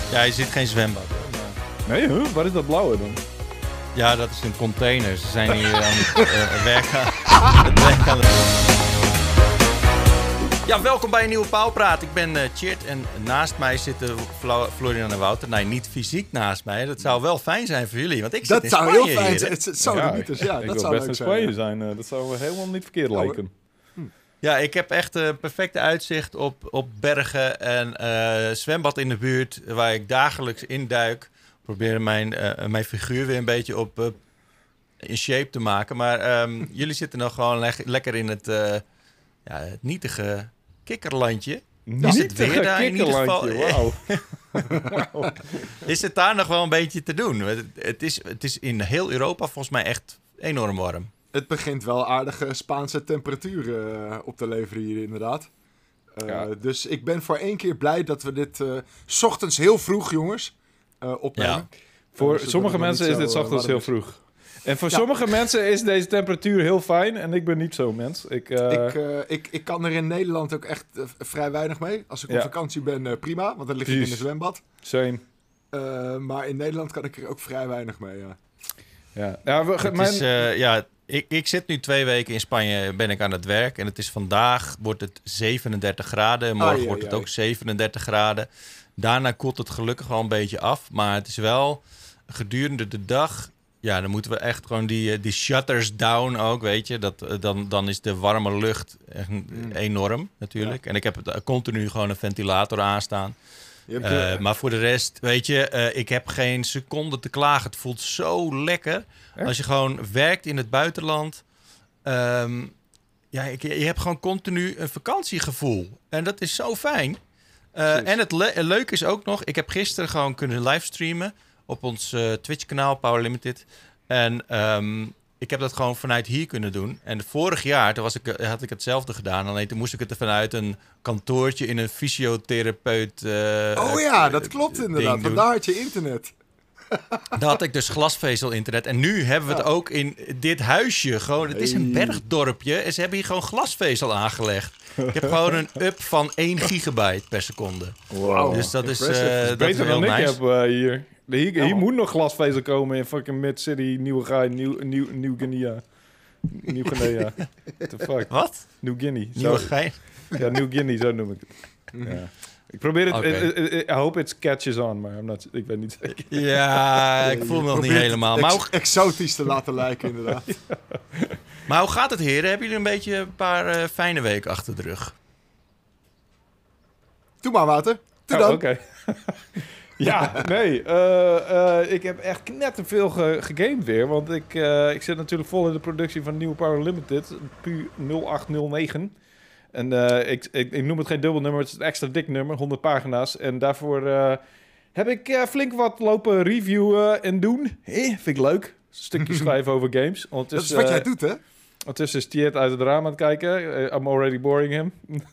Ja, je ziet geen zwembad. Nee, waar is dat blauwe dan? Ja, dat is een container. Ze zijn hier aan het werken. Ja, welkom bij een nieuwe Pauwpraat. Ik ben Tjeerd en naast mij zitten Florian en Wouter. Nee, niet fysiek naast mij. Dat zou wel fijn zijn voor jullie, want ik zit in Spanje. Dat zou heel fijn zijn. Het zou niet dus, ja, ik dat wil zou best leuk in Spanje zijn. Dat zou helemaal niet verkeerd lijken. Ja, ik heb echt een perfecte uitzicht op bergen en zwembad in de buurt waar ik dagelijks induik. Probeer mijn figuur weer een beetje in shape te maken. Maar jullie zitten nog gewoon lekker in het nietige kikkerlandje. Is het weer daar in ieder geval? Wauw. Wow. Is het daar nog wel een beetje te doen? Het is in heel Europa volgens mij echt enorm warm. Het begint wel aardige Spaanse temperaturen op te leveren hier inderdaad. Dus ik ben voor één keer blij dat we dit 's ochtends heel vroeg, jongens, opnemen. Ja. Voor sommige mensen is dit 's ochtends heel vroeg. En voor sommige mensen is deze temperatuur heel fijn. En ik ben niet zo'n mens. Ik kan er in Nederland ook echt vrij weinig mee. Als ik op vakantie ben, prima. Want dan lig ik in een zwembad. Same. Maar in Nederland kan ik er ook vrij weinig mee, Ik zit nu 2 weken in Spanje, ben ik aan het werk. En het is vandaag, wordt het 37 graden. Morgen wordt het ook 37 graden. Daarna koelt het gelukkig wel een beetje af. Maar het is wel gedurende de dag. Ja, dan moeten we echt gewoon die shutters down ook, weet je. Dan is de warme lucht echt enorm natuurlijk. Ja. En ik heb continu gewoon een ventilator aanstaan. Maar voor de rest, weet je, ik heb geen seconde te klagen. Het voelt zo lekker. Echt? Als je gewoon werkt in het buitenland. Je hebt gewoon continu een vakantiegevoel. En dat is zo fijn. En het leuke is ook nog, ik heb gisteren gewoon kunnen livestreamen op ons Twitch-kanaal, Power Limited. En ik heb dat gewoon vanuit hier kunnen doen. En vorig jaar had ik hetzelfde gedaan. Alleen toen moest ik het vanuit een kantoortje in een fysiotherapeut. Dat klopt inderdaad. Want daar had je internet. Daar had ik dus glasvezel-internet. En nu hebben we het ook in dit huisje. Gewoon, het is een bergdorpje. En ze hebben hier gewoon glasvezel aangelegd. Ik heb gewoon een up van 1 gigabyte per seconde. Wow. Dus dat is beter heel dan nice. Ik heb hier. Hier moet nog glasvezel komen in fucking Mid-City, Nieuw-Guinea. Nieuw-Guinea. What the fuck? Wat? Nieuw-Guinea. Nieuw-Guinea? Ja, Nieuw-Guinea, zo noem ik het. Ja. Ik probeer het... Okay. I hope it catches on, maar ik weet niet zeker. Ja, ik voel me nog niet helemaal. Maar exotisch te laten lijken, inderdaad. Ja. Maar hoe gaat het, heren? Hebben jullie een paar fijne weken achter de rug? Doe maar, Wouter. Doe dan. Oké. Ja, nee. Ik heb echt knetterveel gegamed weer. Want ik zit natuurlijk vol in de productie van de nieuwe Power Limited. PU 0809. En ik noem het geen dubbelnummer, het is een extra dik nummer, 100 pagina's. En daarvoor heb ik flink wat lopen reviewen en doen. Vind ik leuk. Stukjes schrijven over games. Dat is wat jij doet, hè? Ondertussen is Tjeerd uit het raam aan het kijken. I'm already boring him.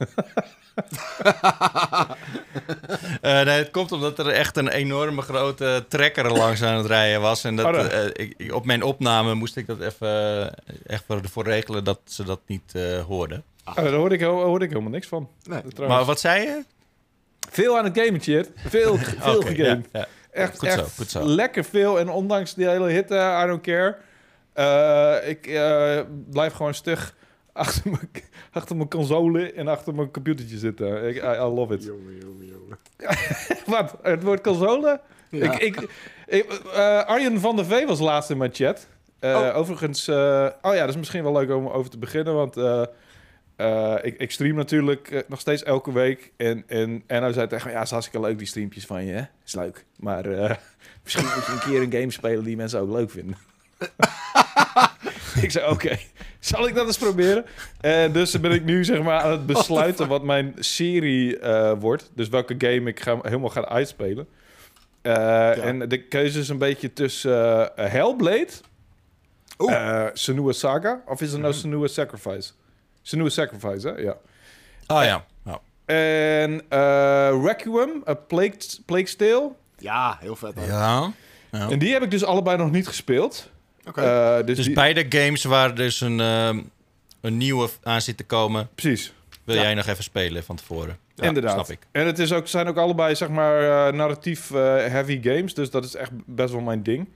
Nee, het komt omdat er echt een enorme grote trekker langs aan het rijden was. En op mijn opname moest ik dat even echt voor regelen dat ze dat niet hoorden. Daar hoorde ik helemaal niks van. Nee. Maar wat zei je? Veel aan het gamen, Tjeerd. Veel gegamed. Ja. Echt goed zo. Lekker veel. En ondanks die hele hitte, I don't care. Ik blijf gewoon stug achter mijn console en achter mijn computertje zitten. I love it. Jongen. Wat? Het woord console? Ja. Arjen van der Vee was laatst in mijn chat. Overigens... dat is misschien wel leuk om over te beginnen, want... ik stream natuurlijk nog steeds elke week. En hij zei tegen me, ja, het is hartstikke leuk die streampjes van je, hè? Is leuk. Maar misschien moet je een keer een game spelen die mensen ook leuk vinden. Ik zei, oké, zal ik dat eens proberen? En dus ben ik nu zeg maar aan het besluiten wat mijn serie wordt. Dus welke game ik helemaal ga uitspelen. En de keuze is een beetje tussen Hellblade, Senua's Saga, of is het nou Senua's Sacrifice? Senua's Sacrifice, hè? Ja. Ja. En Requiem, A Plague's Tale. Ja, heel vet. Ja. En die heb ik dus allebei nog niet gespeeld. Okay. Dus beide games waar dus een nieuwe aan zit te komen... Precies. Wil jij nog even spelen van tevoren? Ja, inderdaad. Snap ik. En het zijn ook allebei, zeg maar, narratief heavy games. Dus dat is echt best wel mijn ding.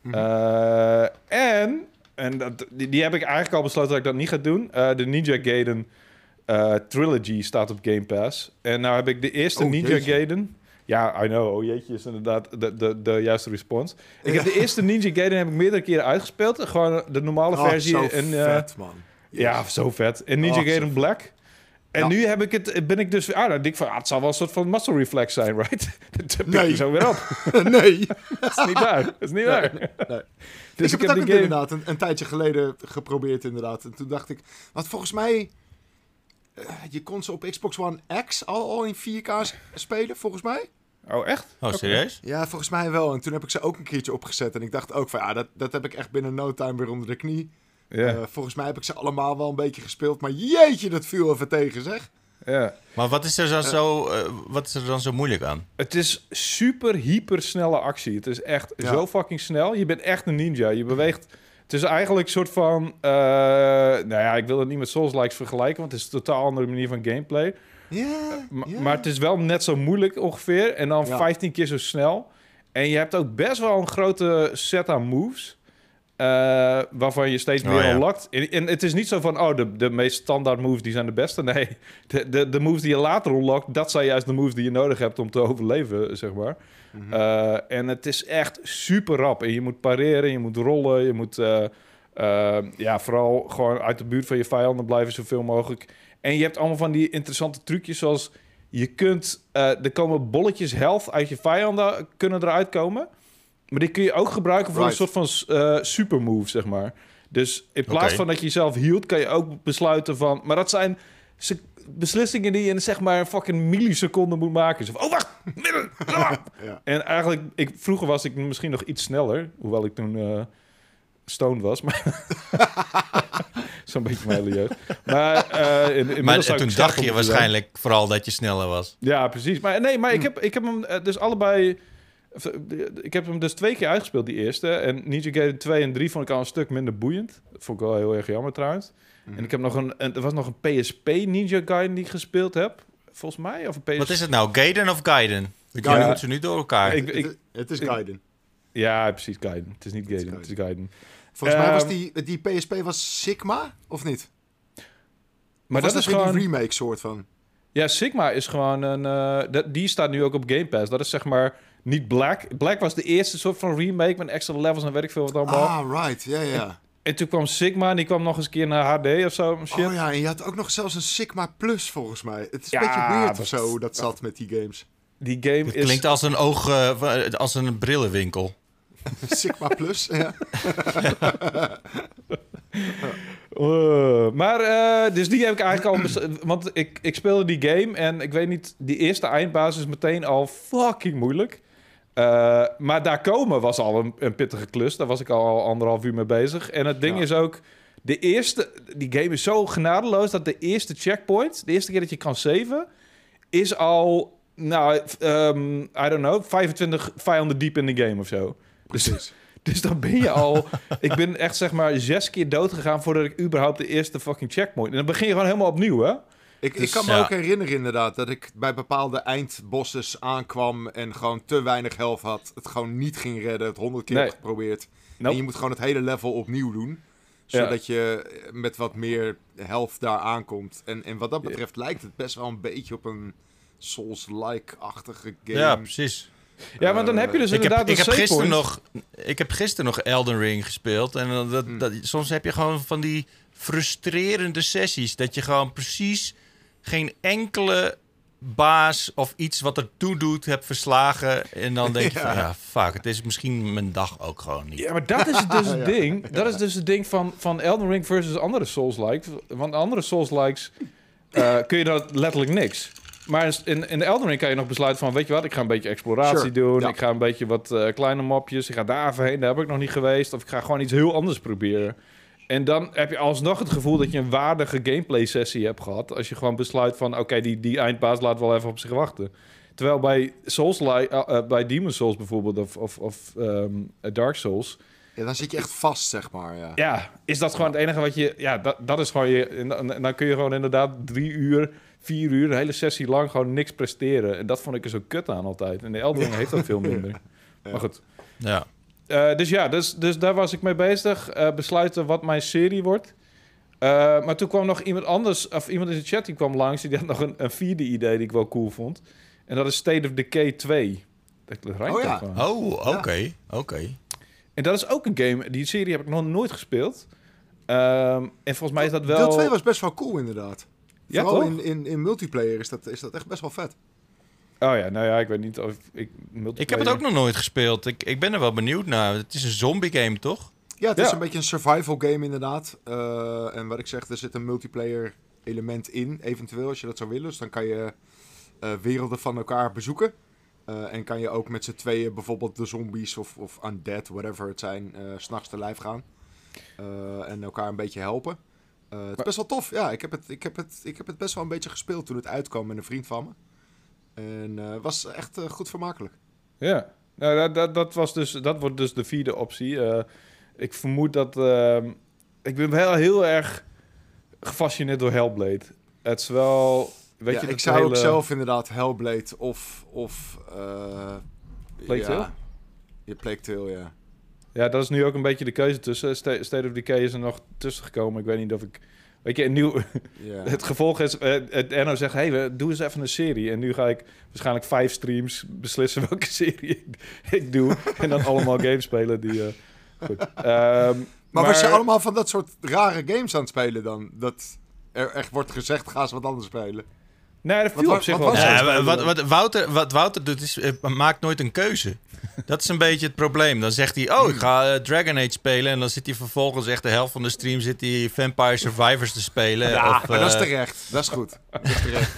En die heb ik eigenlijk al besloten dat ik dat niet ga doen. De Ninja Gaiden Trilogy staat op Game Pass. En nou heb ik de eerste Ninja Gaiden... Ja, I know. Oh jeetje is inderdaad de juiste respons. Ik heb de eerste Ninja Gaiden heb ik meerdere keren uitgespeeld. Gewoon de normale versie. Zo vet, man. Yes. Ja, zo vet. En Ninja Gaiden Black. En nu ben ik dus... dan denk ik van, het zal wel een soort van muscle reflex zijn, right? Dat pik je zo weer op. Nee. Dat is niet waar. Dat is niet waar. Nee. Dus ik heb het ook inderdaad een tijdje geleden geprobeerd, inderdaad. En toen dacht ik, wat volgens mij... je kon ze op Xbox One X al in 4K spelen, volgens mij. Oh, echt? Oh, serieus? Ja, volgens mij wel. En toen heb ik ze ook een keertje opgezet. En ik dacht ook van, dat heb ik echt binnen no time weer onder de knie. Ja. Volgens mij heb ik ze allemaal wel een beetje gespeeld. Maar jeetje, dat viel even tegen, zeg. Ja. Maar wat is er dan zo moeilijk aan? Het is super hyper snelle actie. Het is echt zo fucking snel. Je bent echt een ninja. Je beweegt... Het is eigenlijk een soort van... ik wil het niet met Souls-likes vergelijken... want het is een totaal andere manier van gameplay. Maar het is wel net zo moeilijk ongeveer. En dan 15 keer zo snel. En je hebt ook best wel een grote set aan moves... waarvan je steeds meer unlockt. En het is niet zo van... de meest standaard moves die zijn de beste. Nee, de moves die je later unlockt... dat zijn juist de moves die je nodig hebt om te overleven, zeg maar. En het is echt super rap. En je moet pareren, je moet rollen... je moet vooral gewoon uit de buurt van je vijanden blijven... zoveel mogelijk. En je hebt allemaal van die interessante trucjes... zoals je kunt... er komen bolletjes health uit je vijanden... kunnen eruit komen... Maar die kun je ook gebruiken voor een soort van supermove, zeg maar. Dus in plaats van dat je jezelf hield, kan je ook besluiten van... Maar dat zijn beslissingen die je in zeg maar een fucking milliseconde moet maken. Zo van, wacht! En eigenlijk, vroeger was ik misschien nog iets sneller. Hoewel ik toen stoned was. Maar zo'n beetje mijn hele jeugd. Maar toen dacht je waarschijnlijk vooral dat je sneller was. Ja, precies. Maar ik heb hem dus allebei... Ik heb hem dus 2 keer uitgespeeld, die eerste. En Ninja Gaiden 2 en 3 vond ik al een stuk minder boeiend. Dat vond ik wel heel erg jammer trouwens. En ik heb er was nog een PSP Ninja Gaiden die ik gespeeld heb. Volgens mij. Of een PSP. Wat is het nou? Gaiden of Gaiden? Je moet ze nu door elkaar. Het is Gaiden. Ja, precies. Gaiden. Het is niet Gaiden. Het is Gaiden. Volgens mij was die PSP was Sigma, of niet? Maar of dat is gewoon een remake soort van. Ja, Sigma is gewoon een... die staat nu ook op Game Pass. Dat is zeg maar... Niet Black. Black was de eerste soort van remake met extra levels en weet ik veel wat allemaal. Ah, right. Ja. En toen kwam Sigma en die kwam nog eens een keer naar HD of zo. Shit. Oh ja, en je had ook nog zelfs een Sigma Plus volgens mij. Het is een beetje weird of zo dat zat met die games. Die game het klinkt als een als een brillenwinkel. Sigma Plus, ja. Dus die heb ik eigenlijk al... Want ik speelde die game en ik weet niet... Die eerste eindbaas is meteen al fucking moeilijk. Maar daar komen was al een pittige klus. Daar was ik al 1,5 uur mee bezig. En het ding is ook... Die game is zo genadeloos dat de eerste checkpoint... De eerste keer dat je kan saven... Is al... I don't know... 25 vijanden diep in de game of zo. Dus dan ben je al... Ik ben echt zeg maar 6 keer dood gegaan... voordat ik überhaupt de eerste fucking checkpoint... En dan begin je gewoon helemaal opnieuw, hè? Ik kan me ook herinneren inderdaad... dat ik bij bepaalde eindbosses aankwam... en gewoon te weinig health had. Het gewoon niet ging redden. Het 100 keer heb geprobeerd. Nope. En je moet gewoon het hele level opnieuw doen. Zodat je met wat meer health daar aankomt. En wat dat betreft lijkt het best wel een beetje op een Souls-like-achtige game. Ja, precies. Ja, maar dan heb je dus inderdaad ik heb gisteren nog Elden Ring gespeeld. En soms heb je gewoon van die frustrerende sessies. Dat je gewoon precies geen enkele baas of iets wat er toe doet hebt verslagen. En dan denk je van, fuck, het is misschien mijn dag ook gewoon niet. Ja, maar dat is dus het ding. Dat is dus het ding van Elden Ring versus andere Souls-likes. Want andere Souls-likes kun je dat letterlijk niks. Maar in de Elden Ring kan je nog besluiten van... weet je wat, ik ga een beetje exploratie doen. Ja. Ik ga een beetje wat kleine mapjes. Ik ga daar even heen, daar heb ik nog niet geweest. Of ik ga gewoon iets heel anders proberen. En dan heb je alsnog het gevoel dat je een waardige gameplay-sessie hebt gehad. Als je gewoon besluit van... oké, die eindbaas laat wel even op zich wachten. Terwijl bij bij Demon's Souls bijvoorbeeld... of Dark Souls... Ja, dan zit je echt vast, zeg maar. Ja, is dat gewoon het enige wat je... Ja, dat is gewoon je... En dan kun je gewoon inderdaad 3 uur... 4 uur, een hele sessie lang gewoon niks presteren. En dat vond ik er zo kut aan altijd. En de Elden Ring heeft dat veel minder. Ja. Maar goed. Ja. Dus daar was ik mee bezig. Besluiten wat mijn serie wordt. Maar toen kwam nog iemand anders, of iemand in de chat die kwam langs. Die had nog een vierde idee die ik wel cool vond. En dat is State of Decay 2. Oké. En dat is ook een game. Die serie heb ik nog nooit gespeeld. En volgens mij is dat wel... Deel 2 was best wel cool, inderdaad. Ja, vooral toch? in multiplayer is dat echt best wel vet. Oh ja, nou ja, ik weet niet of ik... Ik heb het ook nog nooit gespeeld. Ik ben er wel benieuwd naar. Het is een zombie game, toch? Ja, het is een beetje een survival game, inderdaad. En wat ik zeg, er zit een multiplayer element in, eventueel, als je dat zou willen. Dus dan kan je werelden van elkaar bezoeken. En kan je ook met z'n tweeën bijvoorbeeld de zombies of undead, whatever het zijn, 's nachts te lijf gaan. En elkaar een beetje helpen. Het is best wel tof. Ja, ik heb het best wel een beetje gespeeld toen het uitkwam met een vriend van me. En was echt goed vermakelijk. Ja, nou, dat wordt dus de vierde optie. Ik vermoed dat... ik ben heel erg gefascineerd door Hellblade. Het is wel... Weet je, ik zou ook zelf inderdaad Hellblade of Plague Tale? Ja, Plague Tale, ja. Ja, dat is nu ook een beetje de keuze tussen. State of Decay is er nog tussen gekomen. Ik weet niet of ik... Weet je, een nieuw... Het gevolg is... Erno zegt, hey, doe eens even een serie. En nu ga ik waarschijnlijk 5 streams beslissen welke serie ik doe. En dan allemaal games spelen die... goed. Maar was je allemaal van dat soort rare games aan het spelen dan? Dat er echt wordt gezegd, ga eens wat anders spelen. Nee, dat viel op zich wel. Wat Wouter doet, is maakt nooit een keuze. Dat is een beetje het probleem. Dan zegt hij, ik ga Dragon Age spelen. En dan zit hij vervolgens echt de helft van de stream zit hij Vampire Survivors te spelen. Ja, maar dat is terecht. Dat is goed. Dat is terecht.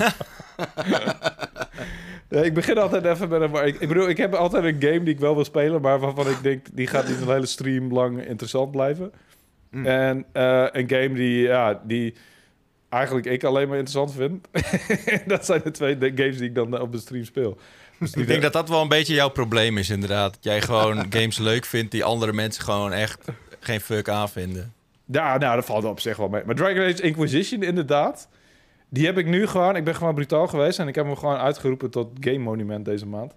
Ja, ik begin altijd even met een... Ik bedoel, ik heb altijd een game die ik wel wil spelen, maar waarvan ik denk, die gaat niet een hele stream lang interessant blijven. En een game die eigenlijk ik alleen maar interessant vind. Dat zijn de 2 games die ik dan op de stream speel. Dus ik denk dat dat wel een beetje jouw probleem is, inderdaad. Dat jij gewoon games leuk vindt die andere mensen gewoon echt geen fuck aanvinden. Ja, nou, dat valt op zich wel mee. Maar Dragon Age Inquisition, inderdaad. Die heb ik nu gewoon... Ik ben gewoon brutaal geweest en ik heb hem gewoon uitgeroepen tot Game Monument deze maand.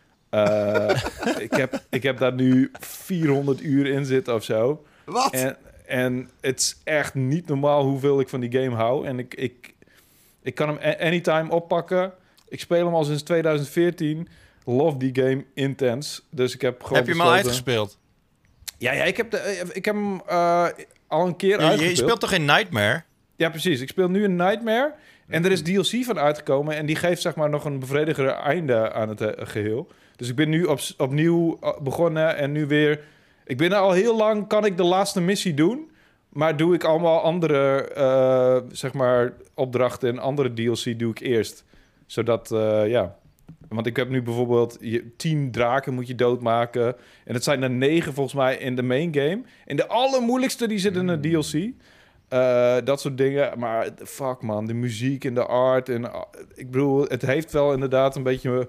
Ik heb daar nu 400 uur in zitten of zo. Wat? En het is echt niet normaal hoeveel ik van die game hou. En ik kan hem anytime oppakken. Ik speel hem al sinds 2014. Love die game intens. Dus ik heb gewoon... Heb je hem al uitgespeeld? Ja, ik heb hem al een keer uitgespeeld. Je speelt toch geen Nightmare? Ja, precies. Ik speel nu een Nightmare. En er is DLC van uitgekomen. En die geeft zeg maar nog een bevredigender einde aan het geheel. Dus ik ben nu opnieuw begonnen. En nu weer... Ik ben er al heel lang... Kan ik de laatste missie doen? Maar doe ik allemaal andere zeg maar opdrachten en andere DLC doe ik eerst. Zodat, Want ik heb nu bijvoorbeeld 10 draken moet je doodmaken. En het zijn er 9 volgens mij in de main game. En de allermoeilijkste die zit in de DLC. Dat soort dingen. Maar fuck man, de muziek en de art. En, ik bedoel, het heeft wel inderdaad een beetje...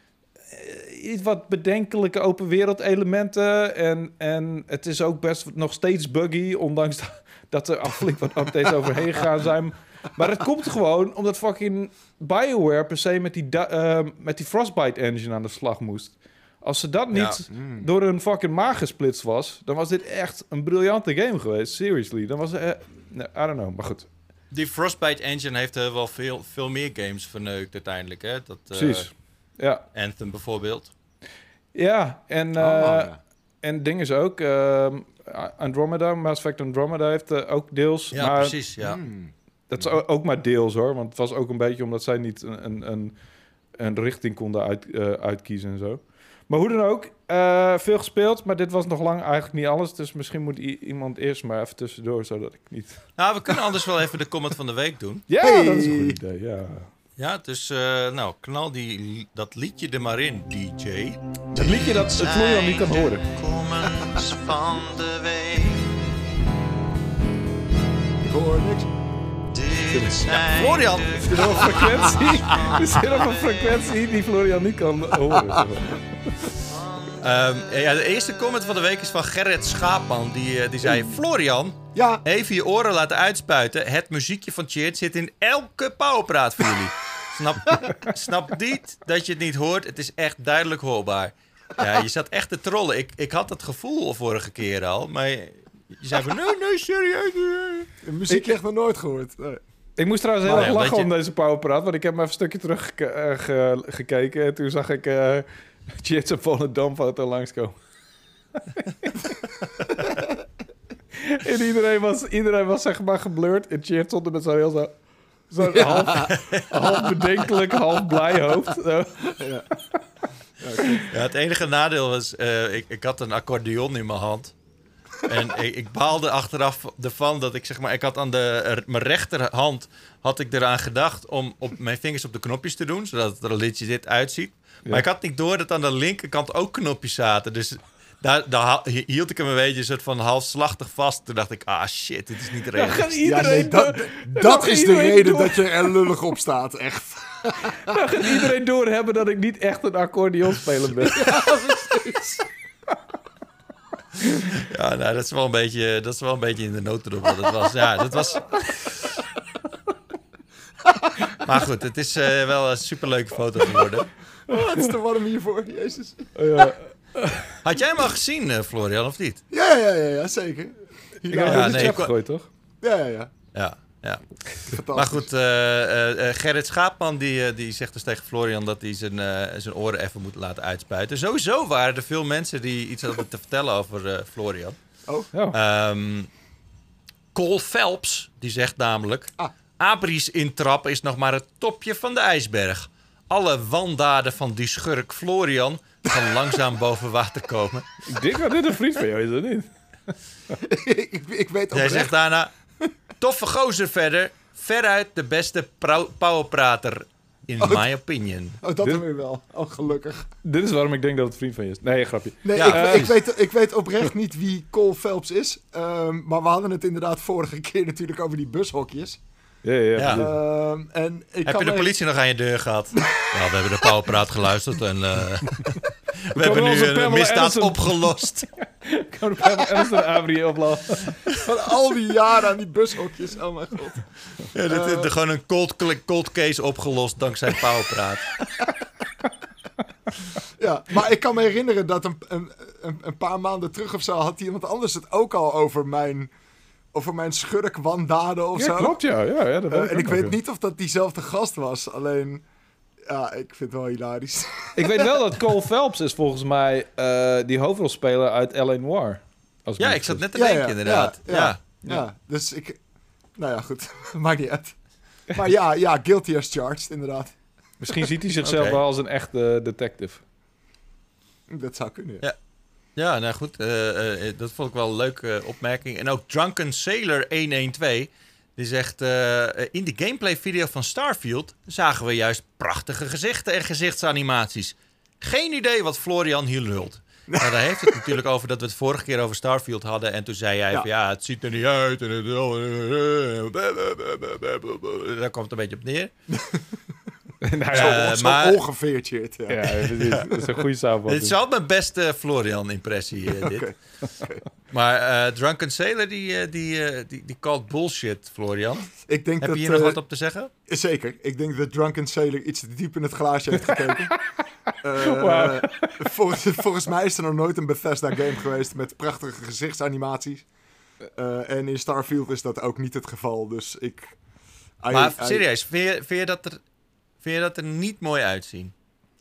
iets wat bedenkelijke open wereld elementen. En het is ook best nog steeds buggy. Ondanks dat er al flink wat updates overheen gegaan zijn. Maar het komt gewoon omdat fucking BioWare per se met die Frostbite engine aan de slag moest. Als ze dat niet door een fucking maag gesplitst was... dan was dit echt een briljante game geweest. Seriously. Dan was het... I don't know, maar goed. Die Frostbite engine heeft wel veel meer games verneukt uiteindelijk. Hè? Precies. Ja. Anthem bijvoorbeeld. Ja, en ding is ook... Andromeda, Mass Effect Andromeda heeft ook deels... Ja, maar, precies, ja. Dat is ook maar deels, hoor. Want het was ook een beetje omdat zij niet een richting konden uitkiezen en zo. Maar hoe dan ook, veel gespeeld, maar dit was nog lang eigenlijk niet alles. Dus misschien moet iemand eerst maar even tussendoor, zodat ik niet... Nou, we kunnen anders wel even de comment van de week doen. Ja, dat is een goed idee, ja. Ja, dus knal dat liedje er maar in, DJ. Het liedje dat Florian niet kan horen. Comments van de week. Ik hoor niks. Florian! Er zit nog een frequentie die Florian niet kan horen. De eerste comment van de week is van Gerrit Schaapman. Die zei... Florian, even je oren laten uitspuiten. Het muziekje van Cheert zit in elke powerpraat voor jullie. Snap niet dat je het niet hoort. Het is echt duidelijk hoorbaar. Ja, je zat echt te trollen. Ik had het gevoel vorige keer al. Maar je zei van... Nee, serieus. De muziek echt nog nooit gehoord. Nee. Ik moest trouwens heel erg lachen om deze powerpraat. Want ik heb maar even een stukje terug gekeken. En toen zag ik... Cheert zijn volle damfoto langskomen. En iedereen was zeg maar geblurred. En Cheert stond er met zo'n heel zo'n half bedenkelijk, half blij hoofd. Ja. Het enige nadeel was... ik had een accordeon in mijn hand. En ik baalde achteraf ervan dat ik zeg maar... Ik had aan mijn rechterhand had ik eraan gedacht om op mijn vingers op de knopjes te doen. Zodat het er een liedje dit uitziet. Maar ik had niet door dat aan de linkerkant ook knopjes zaten. Dus daar hield ik hem een beetje een soort van halfslachtig vast. Toen dacht ik, shit, dit is niet realistisch. Dat is de reden dat je er lullig op staat, echt. Dan gaat iedereen doorhebben dat ik niet echt een accordeonspeler ben. Ja, precies. Ja, nou, dat is wel een beetje in de notendop wat het was. Ja, dat was... Maar goed, het is wel een superleuke foto geworden. Het is te warm hiervoor, jezus. Had jij hem al gezien, Florian, of niet? Ja, zeker. Ik heb het in de chat gegooid, toch? Ja. Maar goed, Gerrit Schaapman die zegt dus tegen Florian dat hij zijn oren even moet laten uitspuiten. Sowieso waren er veel mensen die iets hadden te vertellen over Florian. Cole Phelps, die zegt namelijk... Abri's intrappen is nog maar het topje van de ijsberg. Alle wandaden van die schurk Florian gaan langzaam boven water komen. Ik denk dat dit een vriend van jou is, of niet? ik weet Jij zegt daarna... Toffe gozer verder. Veruit de beste powerprater, in my opinion. Dat dan weer wel. Gelukkig. Dit is waarom ik denk dat het vriend van je is. Nee, grapje. Nee, ik weet oprecht niet wie Cole Phelps is. Maar we hadden het inderdaad vorige keer natuurlijk over die bushokjes. Ja. En heb je de politie nog aan je deur gehad? Ja, we hebben de powerpraat geluisterd en we hebben nu een misdaad opgelost. Ik kan de Pamela Anderson en Abri oplossen. Van al die jaren aan die bushokjes, oh mijn god. Ja, dit is gewoon een cold case opgelost dankzij powerpraat. Ja, maar ik kan me herinneren dat een paar maanden terug of zo had iemand anders het ook al over mijn schurk-wandaden of zo. Klopt, ja. En ik weet niet of dat diezelfde gast was. Alleen, ja, ik vind het wel hilarisch. Ik weet wel dat Cole Phelps is volgens mij die hoofdrolspeler uit L.A. Noire. Ik zat net te denken, inderdaad. Ja, dus ik... Nou ja, goed. Maakt niet uit. Maar ja, guilty as charged, inderdaad. Misschien ziet hij zichzelf wel als een echte detective. Dat zou kunnen, Ja, nou goed. Dat vond ik wel een leuke opmerking. En ook Drunken Sailor 112... Die zegt, in de gameplay video van Starfield zagen we juist prachtige gezichten en gezichtsanimaties. Geen idee wat Florian hier lult. Nou, daar heeft het natuurlijk over dat we het vorige keer over Starfield hadden. En toen zei hij van het ziet er niet uit. En daar komt het een beetje op neer. Zo ongeveer, Cheert. Ja, dat is een goede samenvatting. Dit is wel mijn beste Florian-impressie, dit. Okay. Maar Drunken Sailor, die called bullshit, Florian. Ik denk Heb dat, je hier nog wat op te zeggen? Zeker. Ik denk dat Drunken Sailor iets te diep in het glaasje heeft gekeken. Volgens mij is er nog nooit een Bethesda-game geweest met prachtige gezichtsanimaties. En in Starfield is dat ook niet het geval. Dus Maar serieus, vind je dat er niet mooi uitzien?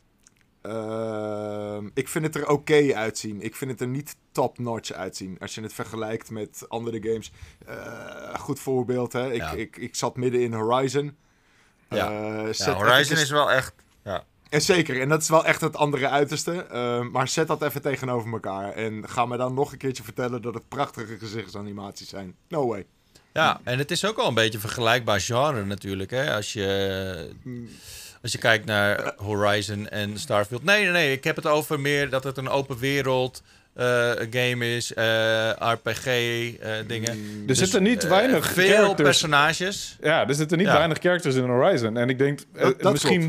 Ik vind het er oké uitzien. Ik vind het er niet top-notch uitzien. Als je het vergelijkt met andere games. Goed voorbeeld, hè. Ik zat midden in Horizon. Horizon is wel echt... Ja. En zeker, en dat is wel echt het andere uiterste. Maar zet dat even tegenover elkaar. En ga me dan nog een keertje vertellen dat het prachtige gezichtsanimaties zijn. No way. Ja, en het is ook wel een beetje een vergelijkbaar genre natuurlijk, hè. Als je kijkt naar Horizon en Starfield. Nee, ik heb het over meer dat het een open wereld game is. RPG dingen. Er zitten niet weinig veel characters. Personages. Ja, er zitten niet weinig characters in Horizon. En ik denk,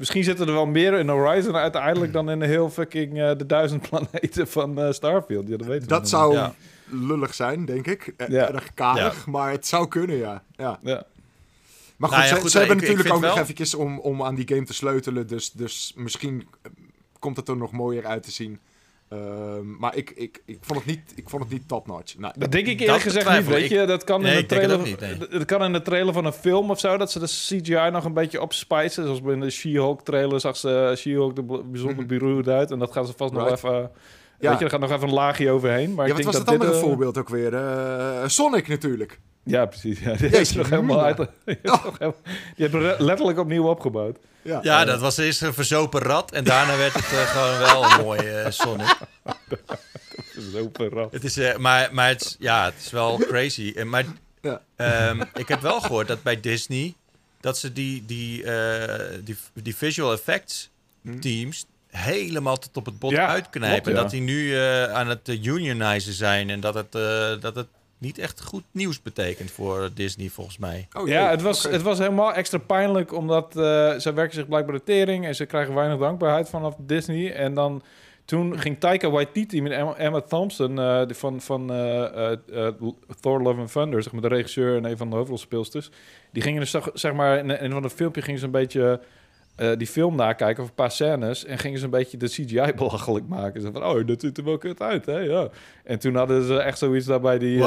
Misschien zitten er wel meer in Horizon uiteindelijk dan in de heel fucking de 1000 planeten van Starfield. Ja, dat weten we dat zou lullig zijn, denk ik. Erg karig, maar het zou kunnen, ja. Maar goed, ze hebben natuurlijk ook nog eventjes om aan die game te sleutelen. Dus misschien komt het er nog mooier uit te zien. Maar ik vond het niet top-notch. Nee. Dat denk ik eerlijk gezegd niet, weet je. Dat kan in de trailer, dat kan in de trailer van een film of zo, dat ze de CGI nog een beetje opspicen. Zoals in de She-Hulk trailer zag ze She-Hulk er bijzonder beroerd uit. En dat gaan ze vast nog even... Weet je, er gaat nog even een laagje overheen. Maar ik denk wat was het andere voorbeeld ook weer? Sonic natuurlijk. Ja, precies. Ja, die is nog helemaal uit. Die hebben letterlijk opnieuw opgebouwd. Ja, dat was eerst een verzopen rat. En daarna werd het gewoon wel een mooie Sonic. Verzopen rat. Het is, maar het is wel crazy. Maar ik heb wel gehoord dat bij Disney... dat ze die visual effects teams... helemaal tot op het bot uitknijpen. Klopt, dat die nu aan het unionizen zijn... en dat het niet echt goed nieuws betekent voor Disney, volgens mij. Het was helemaal extra pijnlijk... omdat ze werken zich blijkbaar de tering... en ze krijgen weinig dankbaarheid vanaf Disney. En dan toen ging Taika Waititi met Emma Thompson... van Thor Love and Thunder, zeg maar, de regisseur... en een van de hoofdrolspeelsters... die gingen dus, zeg maar... in een van de filmpjes gingen ze een beetje... die film nakijken of een paar scènes... en gingen ze een beetje de CGI belachelijk maken. Ze van, dat ziet er wel kut uit, hè? Ja. En toen hadden ze echt zoiets daar bij die...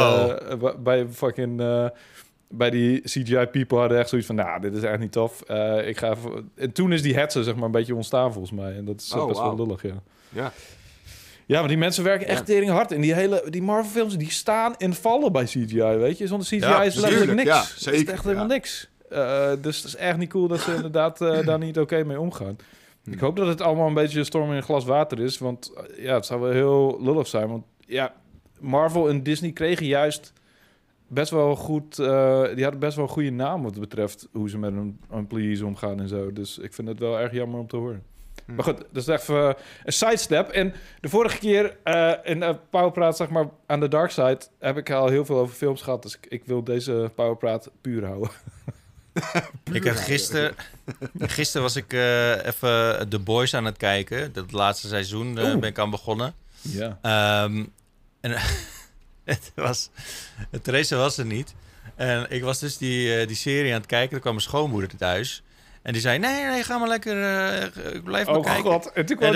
bij die CGI-people hadden echt zoiets van... dit is echt niet tof. Ik ga even... En toen is die hetze, zeg maar, een beetje ontstaan volgens mij. En dat is best wel lullig, ja. Ja, maar die mensen werken echt tering hard. En die Marvel-films, die staan en vallen bij CGI, weet je? Zonder CGI is letterlijk niks. Ja, zeker. Het is echt helemaal niks. Dus het is echt niet cool dat ze inderdaad daar niet oké mee omgaan. Ik hoop dat het allemaal een beetje een storm in een glas water is. Want het zou wel heel lullig zijn. Want Marvel en Disney kregen juist best wel goed... die hadden best wel een goede naam wat betreft hoe ze met hun employees omgaan en zo. Dus ik vind het wel erg jammer om te horen. Maar goed, dat is even een sidestep. En de vorige keer in de Powerpraat, zeg maar, aan de dark side... heb ik al heel veel over films gehad. Dus ik wil deze Powerpraat puur houden. Ik heb gisteren was ik even The Boys aan het kijken. Dat laatste seizoen ben ik aan begonnen. Ja. En Theresa was er niet. En ik was dus die serie aan het kijken. Toen kwam mijn schoonmoeder thuis. En die zei, nee, ga maar lekker, blijf maar kijken. God. En toen kwam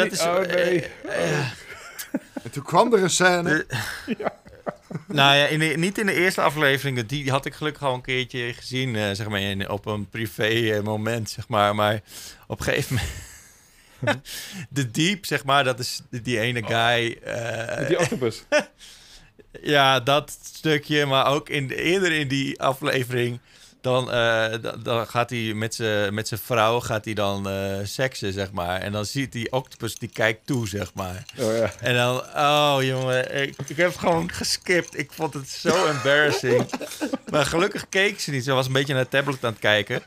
En toen kwam er een scène. Nou ja, niet in de eerste afleveringen. Die had ik gelukkig al een keertje gezien, zeg maar, op een privé moment, zeg maar. Maar op een gegeven moment... de Deep, zeg maar, dat is die ene guy... die octopus. Ja, dat stukje. Maar ook eerder in die aflevering... Dan gaat hij met zijn vrouw seksen, zeg maar. En dan ziet die octopus, die kijkt toe, zeg maar. Oh, ja. En dan, jongen, ik heb gewoon geskipt. Ik vond het zo embarrassing. Maar gelukkig keek ze niet. Ze was een beetje naar de tablet aan het kijken.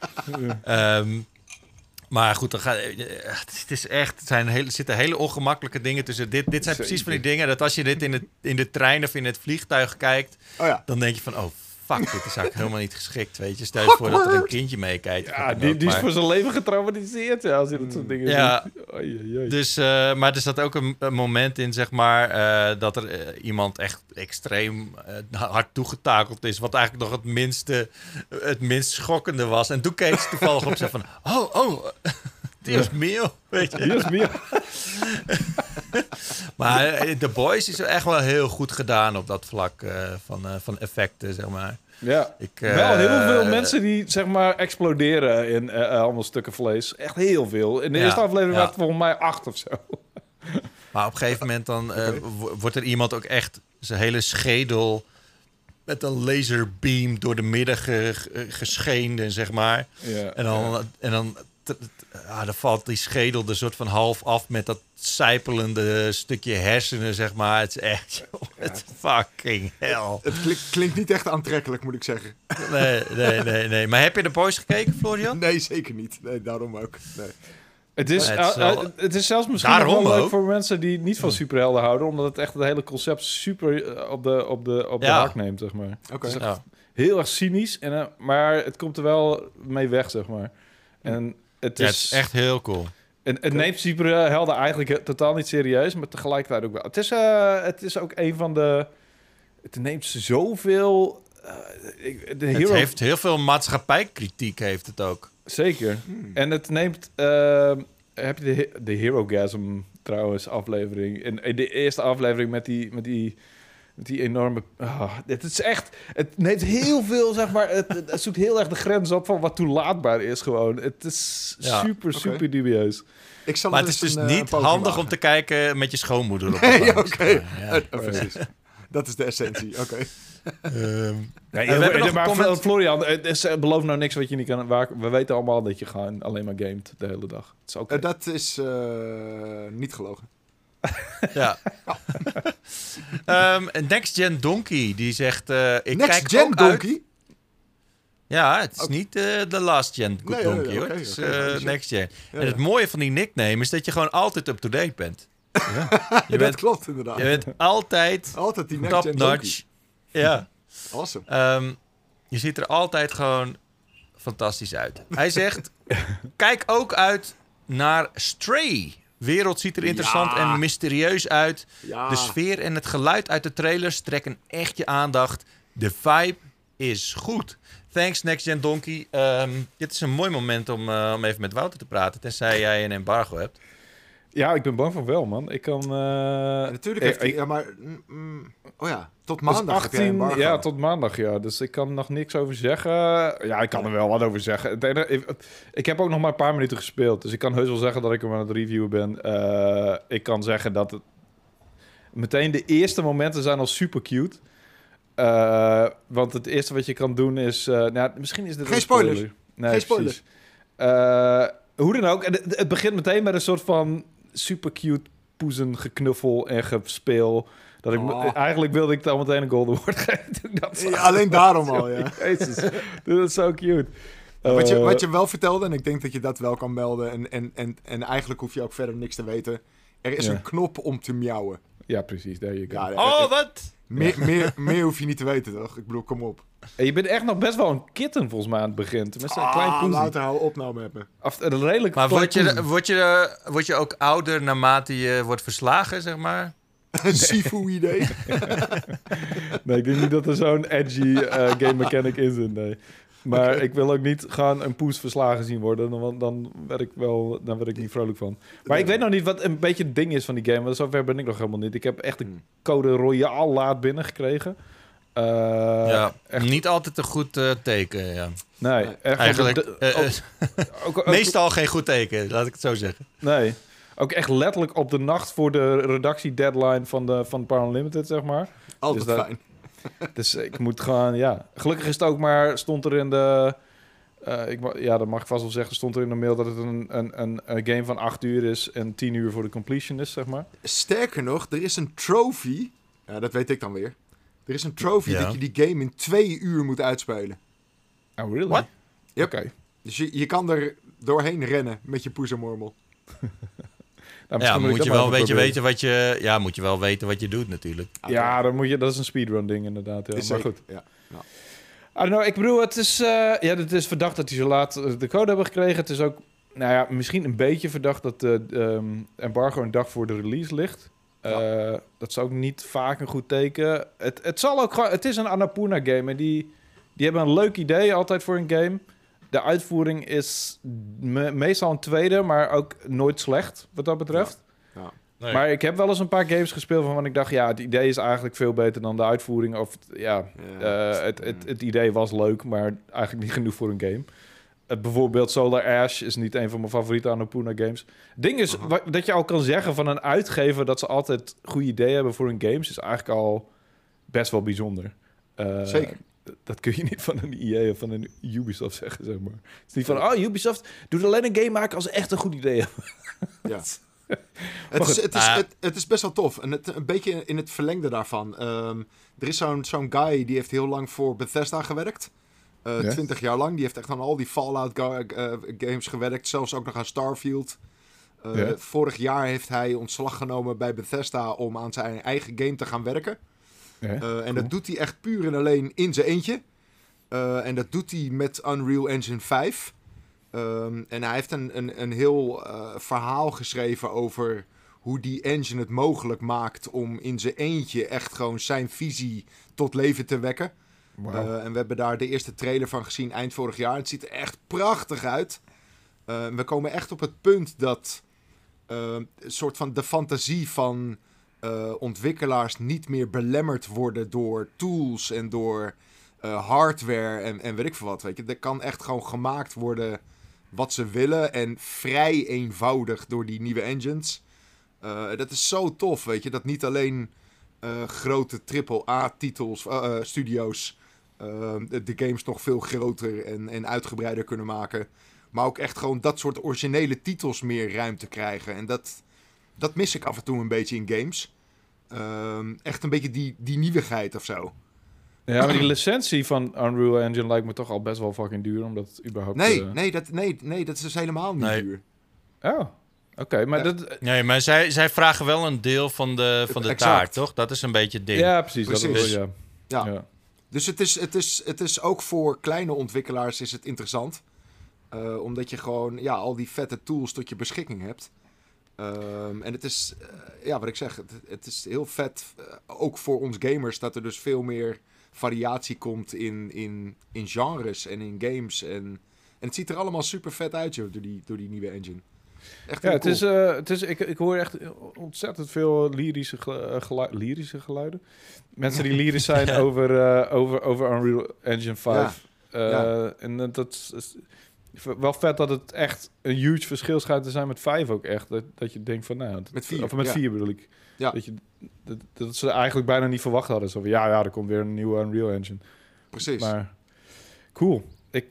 Maar goed, het is echt, er zitten hele ongemakkelijke dingen tussen. Dit zijn precies van die dingen dat als je dit in de trein of in het vliegtuig kijkt... dan denk je van, fuck, dit is eigenlijk helemaal niet geschikt, weet je. Stel je voor dat er een kindje meekijkt. Ja, die is voor zijn leven getraumatiseerd, als je dat soort dingen ziet. Dus, maar er zat ook een moment in, zeg maar, dat er iemand echt extreem hard toegetakeld is. Wat eigenlijk nog het minst schokkende was. En toen keek ze toevallig op zich van, Dios mio, weet je. Dios mio. Maar The Boys is echt wel heel goed gedaan op dat vlak van effecten, zeg maar. Ja, wel heel veel mensen die, zeg maar, exploderen in allemaal stukken vlees. Echt heel veel. In de eerste aflevering waren het volgens mij 8 of zo. Maar op een gegeven moment dan wordt er iemand ook echt zijn hele schedel met een laserbeam door de midden geschenen, zeg maar. Ja, en dan valt die schedel er soort van half af met dat sijpelende stukje hersenen, zeg maar. Het is echt, het fucking hell. Het klinkt niet echt aantrekkelijk, moet ik zeggen. Nee. Maar heb je de Boys gekeken, Florian? Nee, zeker niet. Nee, daarom ook. Nee. Het is zelfs misschien wel leuk voor mensen die niet van superhelden houden, omdat het echt het hele concept super op de hak neemt, zeg maar. Okay. Het is heel erg cynisch, maar het komt er wel mee weg, zeg maar. En Het is echt heel cool. En het neemt superhelden eigenlijk totaal niet serieus, maar tegelijkertijd ook wel. Het is ook een van de... Het neemt zoveel... Het heeft heel veel maatschappijkritiek, heeft het ook. Zeker. En het neemt... heb je de Herogasm trouwens aflevering? In de eerste aflevering met die enorme... het is echt... Het neemt heel veel, zeg maar... Het zoekt heel erg de grens op van wat toelaatbaar is gewoon. Het is super dubieus. Maar het is dus niet handig om te kijken met je schoonmoeder op. Nee, oké. Precies. Dat is de essentie, oké. Maar Florian, beloof nou niks wat je niet kan waken. We weten allemaal dat je gewoon alleen maar gamet de hele dag. Het is okay. Dat is niet gelogen. Ja. Next Gen Donkey, die zegt... Next Gen Donkey? Ja, het is niet de last gen Donkey, hoor. Het is Next Gen. Ja, en het mooie van die nickname is dat je gewoon altijd up-to-date bent. Ja. Dat klopt inderdaad. Je bent altijd die Next Gen Donkey. Ja. Awesome. Je ziet er altijd gewoon fantastisch uit. Hij zegt, kijk ook uit naar Stray. Wereld ziet er interessant en mysterieus uit. Ja. De sfeer en het geluid uit de trailers trekken echt je aandacht. De vibe is goed. Thanks, Next Gen Donkey. Dit is een mooi moment om even met Wouter te praten, tenzij jij een embargo hebt. Ja, ik ben bang van wel, man. Ik kan... natuurlijk heeft hij... maar... tot maandag 18, heb jij embargo. Ja, tot maandag, ja. Dus ik kan nog niks over zeggen. Ja, ik kan er wel wat over zeggen. Ik heb ook nog maar een paar minuten gespeeld. Dus ik kan heus wel zeggen dat ik hem aan het reviewen ben. Ik kan zeggen dat het... Meteen de eerste momenten zijn al super cute. Want het eerste wat je kan doen is... misschien is dit geen spoilers. Nee, geen spoilers. Hoe dan ook. Het begint meteen met een soort van super cute poezen geknuffel en gespeel. Dat eigenlijk wilde ik dan meteen een golden award geven. Alleen daarom al, ja. Jezus, dat is zo cute. Wat je wel vertelde, en ik denk dat je dat wel kan melden... en eigenlijk hoef je ook verder niks te weten... Er is een knop om te miauwen. Ja, precies. There you go. Ja, wat? Meer hoef je niet te weten, toch? Ik bedoel, kom op. En je bent echt nog best wel een kitten, volgens mij, aan het begin. Tenminste, een klein poesie. Later hou op nou met me. Redelijk. Maar word je ook ouder naarmate je wordt verslagen, zeg maar? Een Sifu-idee. Nee, ik denk niet dat er zo'n edgy game mechanic in zit, nee. Maar ik wil ook niet gaan een poes verslagen zien worden. Want dan werd ik niet vrolijk van. Maar ik weet nog niet wat een beetje het ding is van die game. Want zover ben ik nog helemaal niet. Ik heb echt een code royale laat binnengekregen. Echt... Niet altijd een goed teken, ja. Nee, echt eigenlijk... meestal geen goed teken, laat ik het zo zeggen. Nee, ook echt letterlijk op de nacht voor de redactie-deadline van Power Unlimited, zeg maar. Altijd dus fijn. Dus ik moet gewoon, ja... Gelukkig is het ook maar, stond er in de... dat mag ik vast wel zeggen, stond er in de mail dat het een game van 8 uur is en 10 uur voor de completion is, zeg maar. Sterker nog, er is een trophy, dat weet ik dan weer. Er is een trophy dat je die game in 2 uur moet uitspelen. Oh, really? What? Yep. Okay. Dus je kan er doorheen rennen met je poesemormel. Moet je wel een beetje weten wat je... Ja, moet je wel weten wat je doet natuurlijk. Ja, dat is een speedrun ding inderdaad. Ja. Maar goed. Ja. Ik bedoel, het is verdacht dat die zo laat de code hebben gekregen. Het is ook, misschien een beetje verdacht dat de embargo een dag voor de release ligt. Dat is ook niet vaak een goed teken. Het is een Annapurna game en die hebben een leuk idee altijd voor een game. De uitvoering is meestal een tweede, maar ook nooit slecht wat dat betreft. Ja. Nee. Maar ik heb wel eens een paar games gespeeld waarvan ik dacht... het idee is eigenlijk veel beter dan de uitvoering. Of het idee was leuk, maar eigenlijk niet genoeg voor een game. Bijvoorbeeld Solar Ash is niet een van mijn favoriete Annapurna games. Het ding is, dat je al kan zeggen van een uitgever... dat ze altijd goede ideeën hebben voor hun games... is eigenlijk al best wel bijzonder. Zeker. Dat kun je niet van een EA of van een Ubisoft zeggen, zeg maar. Het is niet van, Ubisoft doet alleen een game maken als ze echt een goed idee hebben. Ja. Het is best wel tof. En een beetje in het verlengde daarvan. Er is zo'n guy die heeft heel lang voor Bethesda gewerkt. 20 jaar lang. Die heeft echt aan al die Fallout games gewerkt. Zelfs ook nog aan Starfield. Vorig jaar heeft hij ontslag genomen bij Bethesda om aan zijn eigen game te gaan werken. En dat doet hij echt puur en alleen in zijn eentje. En dat doet hij met Unreal Engine 5. En hij heeft een heel verhaal geschreven over hoe die engine het mogelijk maakt om in zijn eentje echt gewoon zijn visie tot leven te wekken. Wow. En we hebben daar de eerste trailer van gezien eind vorig jaar. Het ziet er echt prachtig uit. We komen echt op het punt dat een soort van de fantasie van ontwikkelaars niet meer belemmerd worden door tools en door hardware en weet ik veel wat. Weet je. Er kan echt gewoon gemaakt worden wat ze willen en vrij eenvoudig door die nieuwe engines. Dat is zo tof, weet je. Dat niet alleen grote AAA-titels, studio's de games nog veel groter en uitgebreider kunnen maken. Maar ook echt gewoon dat soort originele titels meer ruimte krijgen. En dat mis ik af en toe een beetje in games. Echt een beetje die nieuwigheid of zo. Ja, maar die licentie van Unreal Engine lijkt me toch al best wel fucking duur, omdat het überhaupt... Nee, dat is dus helemaal niet duur. Oh, oké, maar dat... Nee, maar zij vragen wel een deel van de taart, toch? Dat is een beetje het ding. Ja, precies. Dat is, ja. Dus het is ook voor kleine ontwikkelaars is het interessant. Omdat je gewoon al die vette tools tot je beschikking hebt. En het is, wat ik zeg, het is heel vet, ook voor ons gamers, dat er dus veel meer variatie komt in genres en in games. En het ziet er allemaal super vet uit, joh, door die nieuwe engine. Echt cool. Ik hoor echt ontzettend veel lyrische geluiden. Mensen die lyrisch zijn over Unreal Engine 5. En dat is wel vet dat het echt een huge verschil schijnt te zijn met 5 ook echt. Dat je denkt van, nou... Met 4. Of met 4 bedoel ik. Ja. Dat ze eigenlijk bijna niet verwacht hadden. Zo van, er komt weer een nieuwe Unreal Engine. Precies. Maar, cool.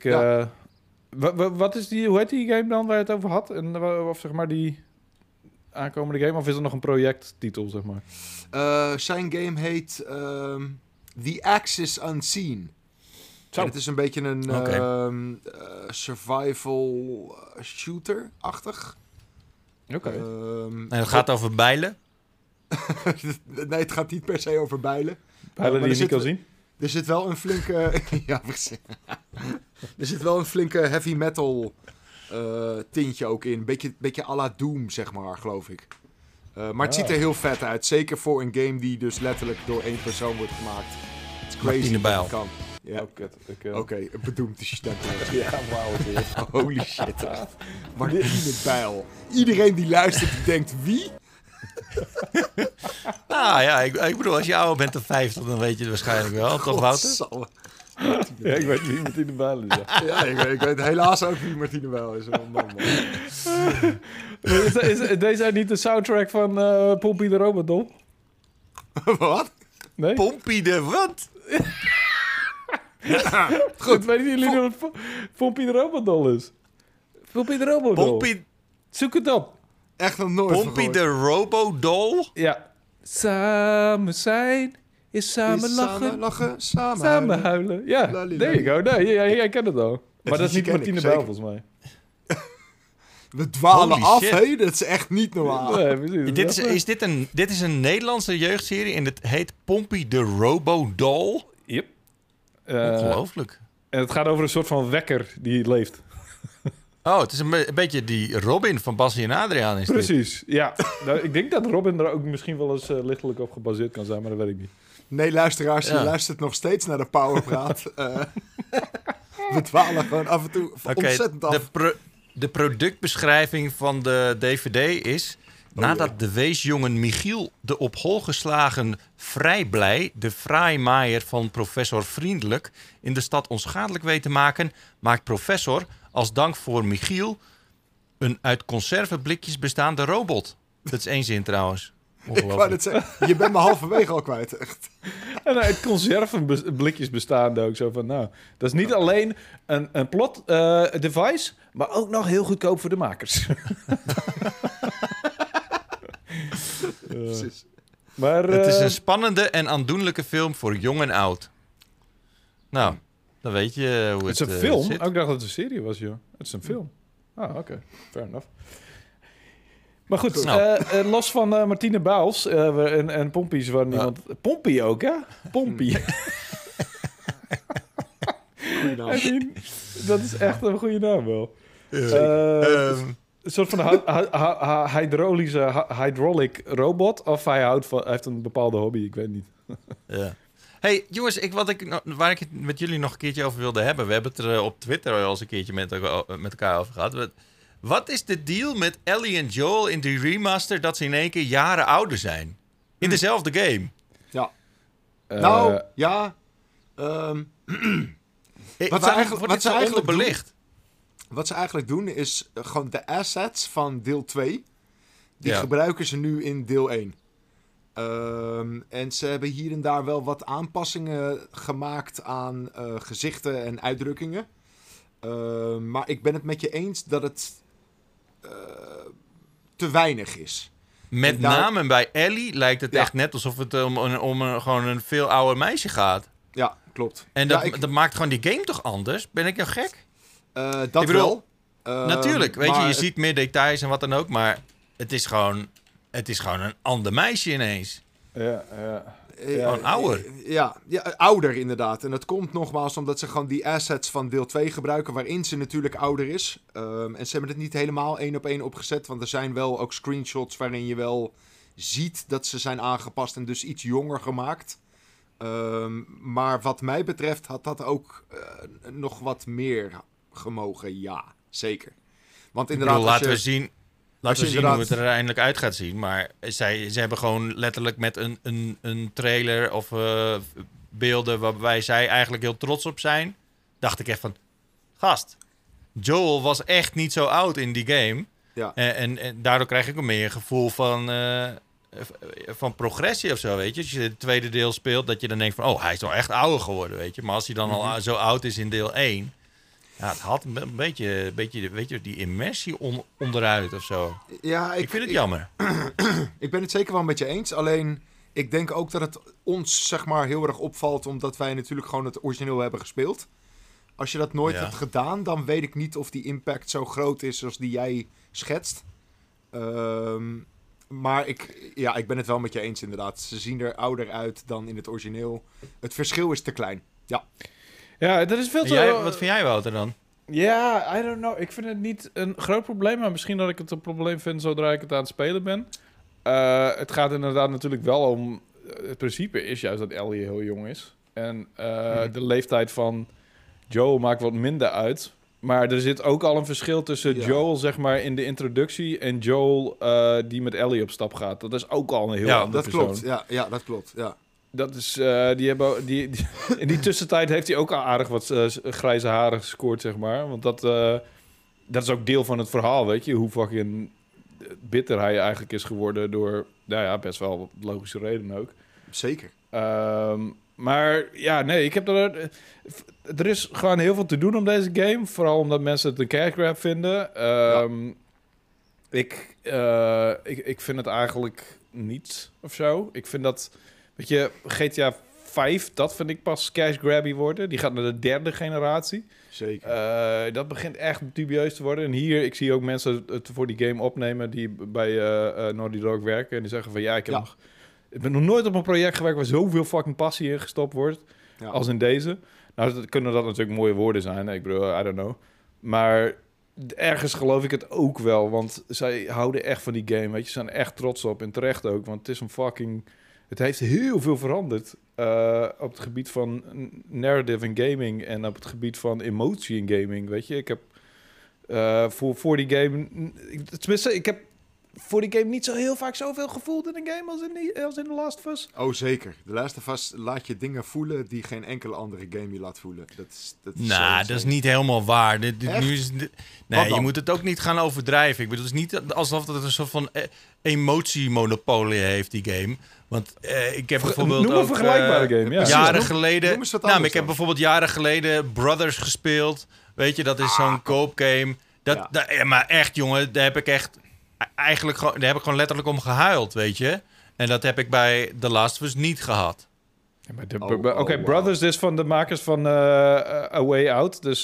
Wat is hoe heet die game dan waar je het over had? En, of zeg maar die aankomende game? Of is er nog een projecttitel, zeg maar? Zijn game heet The Axis Unseen. Het is een beetje een survival shooter-achtig. Oké. En het gaat over bijlen? Nee, het gaat niet per se over bijlen. Bijlen die je niet kan zien? Er zit wel een flinke... ja, precies. Er zit wel een flinke heavy metal tintje ook in. Beetje à la Doom, zeg maar, geloof ik. Maar het ziet er heel vet uit. Zeker voor een game die dus letterlijk door 1 persoon wordt gemaakt. Het is crazy dat het kan. Ja, oké, bedoemd is je stempel. Ja, wauw. Holy shit. Martine Bijl. Iedereen die luistert, die denkt, wie? Nou ja, ik bedoel, als je ouder bent dan 50, dan weet je het waarschijnlijk wel. Toch, Wouter? Ja, ik weet wie Martine Bijl is. Ja, ik weet helaas ook wie Martine Bijl is. Is deze niet de soundtrack van Pompey de Robotdoll? Wat? Nee? Pompey de wat? Goed, weten jullie wat Pompey de Robotdoll is? Pompey de Robotdoll. Zoek het op. Echt nog nooit Pompey de Robodoll? Ja. Samen zijn is samen lachen. Samen lachen, samen huilen. Ja, there you go. Nee, jij kent het al. Maar dat is niet Martine Bijl, volgens mij. We dwalen af, hé? Dat is echt niet normaal. Nee, precies. Dit is een Nederlandse jeugdserie en het heet Pompey de Robodoll? Yep. Ongelooflijk. En het gaat over een soort van wekker die leeft. Oh, het is een beetje die Robin van Bassie en Adriaan is Precies, ja. Nou, ik denk dat Robin er ook misschien wel eens lichtelijk op gebaseerd kan zijn, maar dat weet ik niet. Nee, luisteraars, je luistert nog steeds naar de Powerpraat. We dwalen gewoon af en toe ontzettend af. De productbeschrijving van de DVD is... Nadat de weesjongen Michiel de op hol geslagen Vrijblij, de fraaimaaier van professor Vriendelijk, in de stad onschadelijk weet te maken, maakt professor, als dank voor Michiel, een uit conserveblikjes bestaande robot. Dat is 1 zin trouwens. Ik wou het zeggen, je bent me halverwege al kwijt, echt. En uit conserveblikjes bestaande ook zo van, nou, dat is niet alleen een plot device, maar ook nog heel goedkoop voor de makers. Maar, het is een spannende en aandoenlijke film voor jong en oud. Nou, dan weet je hoe het is een film? zit. Ik dacht dat het een serie was, joh. Het is een film. Ah, oké. Fair enough. Maar goed, los van Martine Bijls en Pompey's waar niemand... Pompey ook, hè? Pompey. Goeie naam. Dat is echt een goede naam wel. Een soort van hydraulic robot. Of hij heeft een bepaalde hobby, ik weet niet. Ja. Hey, jongens, waar ik het met jullie nog een keertje over wilde hebben. We hebben het er op Twitter al eens een keertje met elkaar over gehad. Wat is de deal met Ellie en Joel in die remaster dat ze in één keer jaren ouder zijn? In dezelfde game. Ja. Wat ze eigenlijk doen is gewoon de assets van deel 2. Die gebruiken ze nu in deel 1. En ze hebben hier en daar wel wat aanpassingen gemaakt aan gezichten en uitdrukkingen. Maar ik ben het met je eens dat het te weinig is. Met name bij Ellie lijkt het echt net alsof het om gewoon een veel ouder meisje gaat. Ja, klopt. En dat maakt gewoon die game toch anders? Ben ik nou gek? Dat wel. Natuurlijk, weet je ziet meer details en wat dan ook, maar het is gewoon een ander meisje ineens. Ja. Gewoon ouder. Ja, ouder inderdaad. En dat komt nogmaals omdat ze gewoon die assets van deel 2 gebruiken, waarin ze natuurlijk ouder is. En ze hebben het niet helemaal 1-op-1 opgezet, want er zijn wel ook screenshots waarin je wel ziet dat ze zijn aangepast en dus iets jonger gemaakt. Maar wat mij betreft had dat ook nog wat meer gemogen, ja, zeker. Want inderdaad, laten we zien hoe het er uiteindelijk uit gaat zien. Maar ze hebben gewoon letterlijk met een trailer of beelden waarbij zij eigenlijk heel trots op zijn. Dacht ik echt van, gast, Joel was echt niet zo oud in die game. Ja. En daardoor krijg ik ook meer een gevoel van progressie of zo, weet je. Als je het tweede deel speelt, dat je dan denkt van, oh, hij is wel echt ouder geworden, weet je. Maar als hij dan al zo oud is in deel 1... Ja, het had een beetje weet je, die immersie onderuit of zo. Ja, ik vind het jammer. Ik ben het zeker wel met je eens. Alleen, ik denk ook dat het ons, zeg maar, heel erg opvalt, omdat wij natuurlijk gewoon het origineel hebben gespeeld. Als je dat nooit hebt gedaan, dan weet ik niet of die impact zo groot is als die jij schetst. Maar ik ben het wel met je eens inderdaad. Ze zien er ouder uit dan in het origineel. Het verschil is te klein. Ja. Ja, dat is veel te... Wat vind jij, Wouter, dan? Ja, I don't know. Ik vind het niet een groot probleem, maar misschien dat ik het een probleem vind zodra ik het aan het spelen ben. Het gaat inderdaad natuurlijk wel om... Het principe is juist dat Ellie heel jong is. En de leeftijd van Joel maakt wat minder uit. Maar er zit ook al een verschil tussen Joel, zeg maar, in de introductie en Joel die met Ellie op stap gaat. Dat is ook al een heel ander persoon. Klopt. Ja, dat klopt. Ja. Dat is, in die tussentijd heeft hij ook al aardig wat grijze haren gescoord, zeg maar. Want dat is ook deel van het verhaal, weet je. Hoe fucking bitter hij eigenlijk is geworden door, best wel logische redenen ook. Zeker. Maar ja, nee, ik heb er is gewoon heel veel te doen om deze game. Vooral omdat mensen het een cash grab vinden. Ik vind het eigenlijk niet of zo. Ik vind dat... Weet je, GTA 5, dat vind ik pas cash grabby worden. Die gaat naar de 3e generatie. Zeker. Dat begint echt dubieus te worden. En hier, ik zie ook mensen het voor die game opnemen die bij Naughty Dog werken. En die zeggen van, ik ben nog nooit op een project gewerkt waar zoveel fucking passie in gestopt wordt als in deze. Nou, kunnen dat natuurlijk mooie woorden zijn. Ik bedoel, I don't know. Maar ergens geloof ik het ook wel, want zij houden echt van die game. Weet je, ze zijn echt trots op en terecht ook, want het is een fucking... Het heeft heel veel veranderd op het gebied van narrative in gaming en op het gebied van emotie in gaming, weet je. Ik heb voor die game... Tenminste, ik heb voor die game niet zo heel vaak zoveel gevoeld in een game als in The Last of Us. Oh, zeker. The Last of Us laat je dingen voelen die geen enkele andere game je laat voelen. Dat is niet helemaal waar. Je moet het ook niet gaan overdrijven. Ik bedoel, het is niet alsof het een soort van emotiemonopolie heeft, die game. Want ik heb bijvoorbeeld noem een vergelijkbare game, ja. Jaren geleden... ik heb bijvoorbeeld jaren geleden Brothers gespeeld. Weet je, dat is zo'n koopgame. Maar echt, jongen, daar heb ik gewoon letterlijk om gehuild, weet je. En dat heb ik bij The Last of Us niet gehad. Oké, Brothers is van de makers van A Way Out, dus...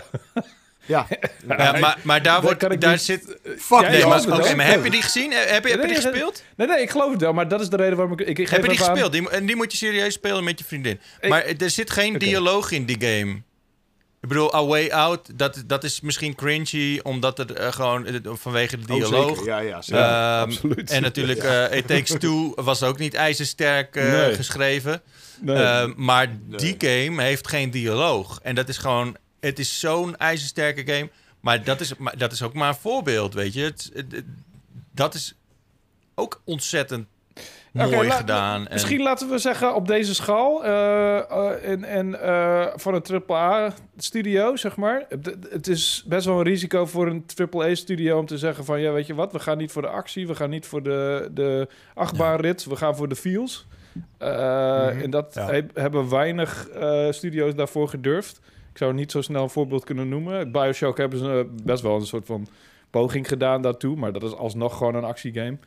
Maar daar zit... Maar heb je die gezien? Heb je die gespeeld? Nee, ik geloof het wel, maar dat is de reden waarom ik heb je die gespeeld? Die moet je serieus spelen met je vriendin. Maar er zit geen dialoog in die game. Ik Ik bedoel, A Way Out, dat is misschien cringy, omdat het gewoon vanwege de dialoog. Absoluut. En natuurlijk, It Takes Two was ook niet ijzersterk geschreven. Nee. Maar die game heeft geen dialoog. En dat is gewoon, het is zo'n ijzersterke game. Maar dat is ook maar een voorbeeld, weet je. Dat is ook ontzettend mooi gedaan. Misschien laten we zeggen op deze schaal van een AAA-studio, zeg maar. Het is best wel een risico voor een AAA-studio om te zeggen van... ja, weet je wat, we gaan niet voor de actie, we gaan niet voor de achtbaanrit, we gaan voor de feels. En dat hebben weinig studio's daarvoor gedurfd. Ik zou niet zo snel een voorbeeld kunnen noemen. BioShock hebben ze best wel een soort van poging gedaan daartoe, maar dat is alsnog gewoon een actiegame.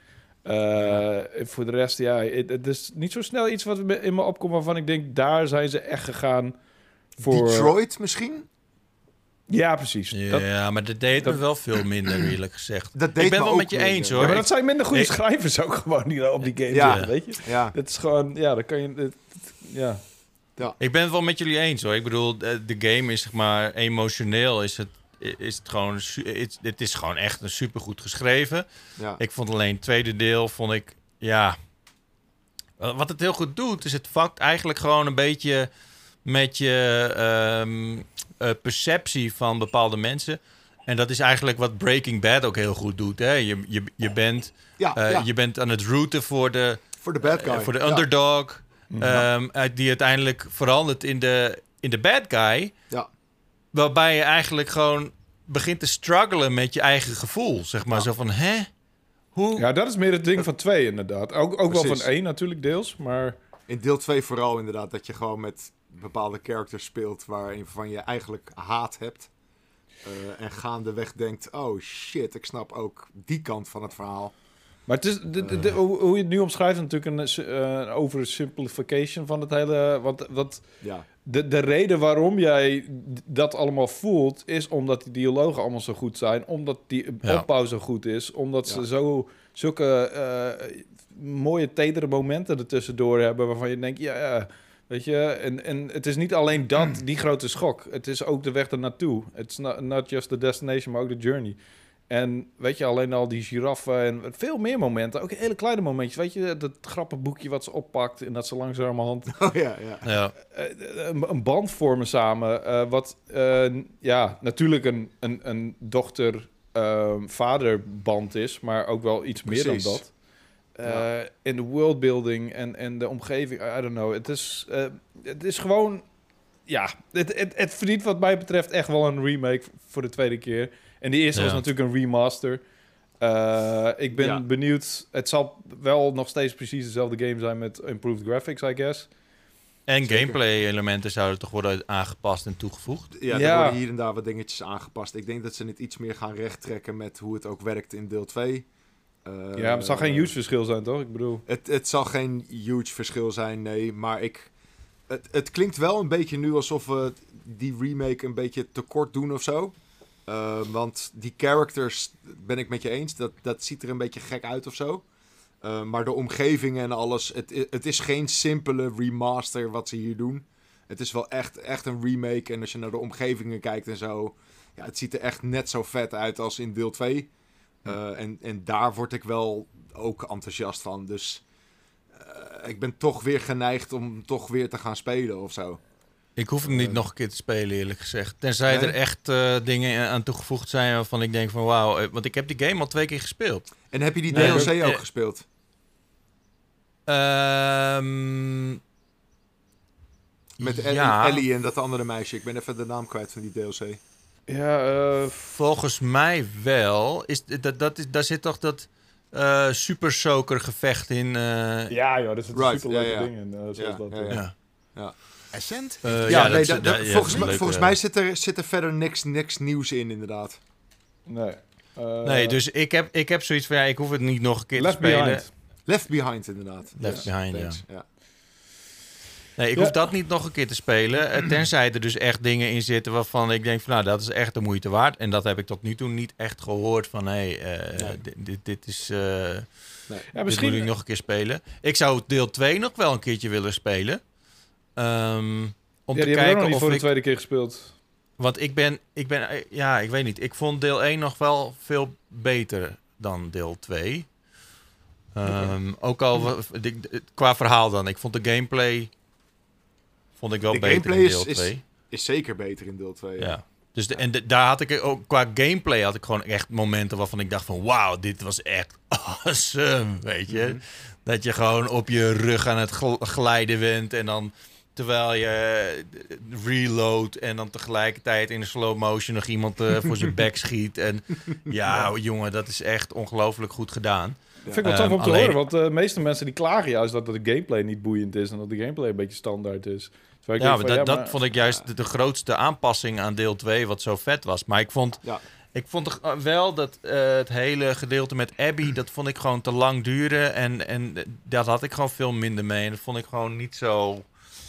Voor de rest, het is niet zo snel iets wat in me opkomt waarvan ik denk, daar zijn ze echt gegaan voor... Detroit misschien? Ja, precies. Ja, maar dat deed me wel veel minder, eerlijk gezegd. Ik ben wel met je eens, hoor. Ja, maar dat zijn minder goede schrijvers ook gewoon die op die game zitten, weet je? Ja. Het is gewoon, dan kan je... Ja. Ik ben het wel met jullie eens, hoor. Ik bedoel, de game is, zeg maar, emotioneel is het gewoon... Het is gewoon echt een supergoed geschreven. Ja. Ik vond alleen het tweede deel, vond ik... Ja... Wat het heel goed doet, is het vakt eigenlijk gewoon een beetje met je perceptie van bepaalde mensen. En dat is eigenlijk wat Breaking Bad ook heel goed doet. Hè? Je bent aan het rooten voor de bad guy. Voor de underdog. Die uiteindelijk verandert in de bad guy. Ja. Waarbij je eigenlijk gewoon begint te struggelen met je eigen gevoel. Zeg maar zo van, hè? Hoe? Ja, dat is meer het ding van 2 inderdaad. Ook wel van 1 natuurlijk deels, maar... In deel 2 vooral inderdaad, dat je gewoon met bepaalde characters speelt waarvan je eigenlijk haat hebt. En gaandeweg denkt, oh shit, ik snap ook die kant van het verhaal. Maar het is hoe je het nu omschrijft, natuurlijk een oversimplification van het hele... Want de reden waarom jij dat allemaal voelt, is omdat die dialogen allemaal zo goed zijn. Omdat die opbouw zo goed is. Omdat ze zulke mooie, tedere momenten ertussendoor hebben waarvan je denkt, weet je, en het is niet alleen die grote schok. Het is ook de weg ernaartoe. Het is not just the destination, maar ook de journey. En weet je, alleen al die giraffen en veel meer momenten. Ook hele kleine momentjes. Weet je, dat grappenboekje wat ze oppakt en dat ze langzamerhand... een band vormen samen. Wat natuurlijk een dochter-vaderband is, maar ook wel iets meer dan dat. In de worldbuilding en de omgeving, I don't know. Het is gewoon... Ja, het verdient wat mij betreft echt wel een remake voor de tweede keer. En die eerste was natuurlijk een remaster. Ik ben benieuwd. Het zal wel nog steeds precies dezelfde game zijn met improved graphics, I guess. En gameplay-elementen zouden toch worden aangepast en toegevoegd? Ja, er worden hier en daar wat dingetjes aangepast. Ik denk dat ze het iets meer gaan rechttrekken met hoe het ook werkt in deel 2. Maar het zal geen huge verschil zijn, toch? Ik bedoel... Het zal geen huge verschil zijn, nee. Maar het klinkt wel een beetje nu alsof we die remake een beetje tekort doen of zo. Want die characters, ben ik met je eens, dat ziet er een beetje gek uit of zo. Maar de omgevingen en alles, het is geen simpele remaster wat ze hier doen. Het is wel echt een remake. En als je naar de omgevingen kijkt en zo, het ziet er echt net zo vet uit als in deel 2. En daar word ik wel ook enthousiast van. Dus ik ben toch weer geneigd om toch weer te gaan spelen of zo. Ik hoef hem niet nog een keer te spelen, eerlijk gezegd. Tenzij er echt dingen aan toegevoegd zijn waarvan ik denk van wauw. Want ik heb die game al 2 keer gespeeld. En heb je die DLC ook gespeeld? Met Ellie en dat andere meisje. Ik ben even de naam kwijt van die DLC. Ja, volgens mij wel. Daar zit toch dat super soaker gevecht in. Ja, joh, dat is een super leuke ding in. Zoals dat. Ja. Ascent? Volgens mij zit er verder niks nieuws in, inderdaad. Nee. Nee, dus ik heb zoiets van, ik hoef het niet nog een keer te spelen. Behind. Left Behind, inderdaad. Left Behind, ja. Nee, ik hoef dat niet nog een keer te spelen. Tenzij er dus echt dingen in zitten waarvan ik denk van, nou, dat is echt de moeite waard. En dat heb ik tot nu toe niet echt gehoord van, dit is... misschien moet ik nog een keer spelen. Ik zou deel 2 nog wel een keertje willen spelen. Om te kijken of ik... voor de tweede keer gespeeld. Want ik weet niet. Ik vond deel 1 nog wel veel beter dan deel 2. Ook al qua verhaal dan. Ik vond de gameplay wel beter in deel 2. Is zeker beter in deel 2. Ja. Dus daar had ik ook qua gameplay had ik gewoon echt momenten waarvan ik dacht van wauw, dit was echt awesome, weet je. Mm-hmm. Dat je gewoon op je rug aan het glijden bent en dan terwijl je reload en dan tegelijkertijd in de slow motion nog iemand voor zijn bek schiet. En jongen, dat is echt ongelooflijk goed gedaan. Dat vind ik wel tof om te horen, want de meeste mensen die klagen juist dat de gameplay niet boeiend is en dat de gameplay een beetje standaard is. Dat vond ik juist de grootste aanpassing aan deel 2, wat zo vet was. Maar ik vond wel dat het hele gedeelte met Abby, dat vond ik gewoon te lang duren. En daar had ik gewoon veel minder mee. En dat vond ik gewoon niet zo...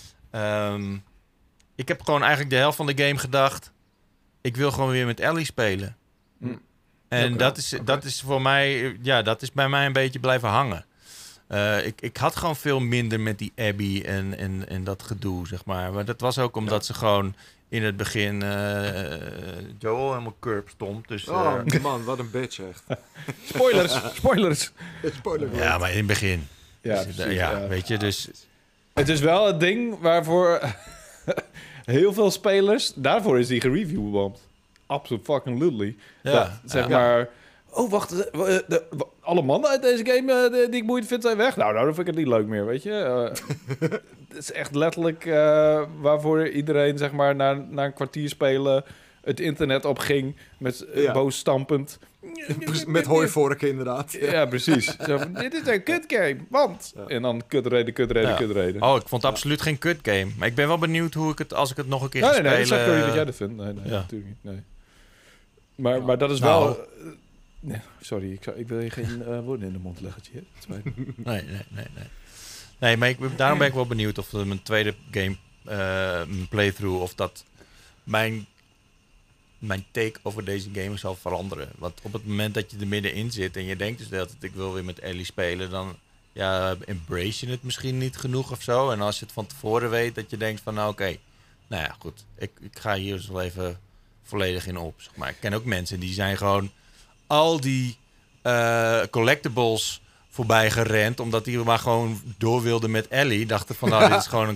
ik heb gewoon eigenlijk de helft van de game gedacht, ik wil gewoon weer met Ellie spelen. En dat is voor mij, dat is bij mij een beetje blijven hangen. Ik had gewoon veel minder met die Abby en dat gedoe, zeg maar. Maar dat was ook omdat ze gewoon in het begin Joel helemaal curb stond. Dus, man, wat een bitch echt. Spoilers. Ja, maar in het begin. Ja, dus, weet je, dus... Het is wel het ding waarvoor heel veel spelers... Daarvoor is die gereviewd. Absoluut fucking literally. Zeg maar... Oh, wacht. Alle mannen uit deze game die ik moeite vind zijn weg. Nou, dan vind ik het niet leuk meer, weet je. Het is echt letterlijk waarvoor iedereen, zeg maar, na een kwartier spelen het internet opging met boos stampend. Met hooivorken, inderdaad. Ja, precies. Zo van, dit is een kut game, want... Ja. En dan kutreden. Oh, ik vond het absoluut geen kut game. Maar ik ben wel benieuwd hoe ik het, als ik het nog een keer ga spelen... Nee, dat zeg ik niet dat jij dat vindt. Nee, natuurlijk niet. Nee. Maar dat is wel... Nee, sorry, ik wil je geen woorden in de mond leggen, Tje. Nee. Nee, maar daarom ben ik wel benieuwd of mijn tweede game playthrough... of dat mijn take over deze game zal veranderen. Want op het moment dat je er middenin zit... en je denkt dus dat ik wil weer met Ellie spelen... dan embrace je het misschien niet genoeg of zo. En als je het van tevoren weet, dat je denkt van... oké, nou ja, goed. Ik ga hier dus wel even volledig in op. Zeg maar. Ik ken ook mensen die zijn gewoon... al die collectibles voorbij gerend... omdat die maar gewoon door wilden met Ellie. Dachten van, dit is gewoon een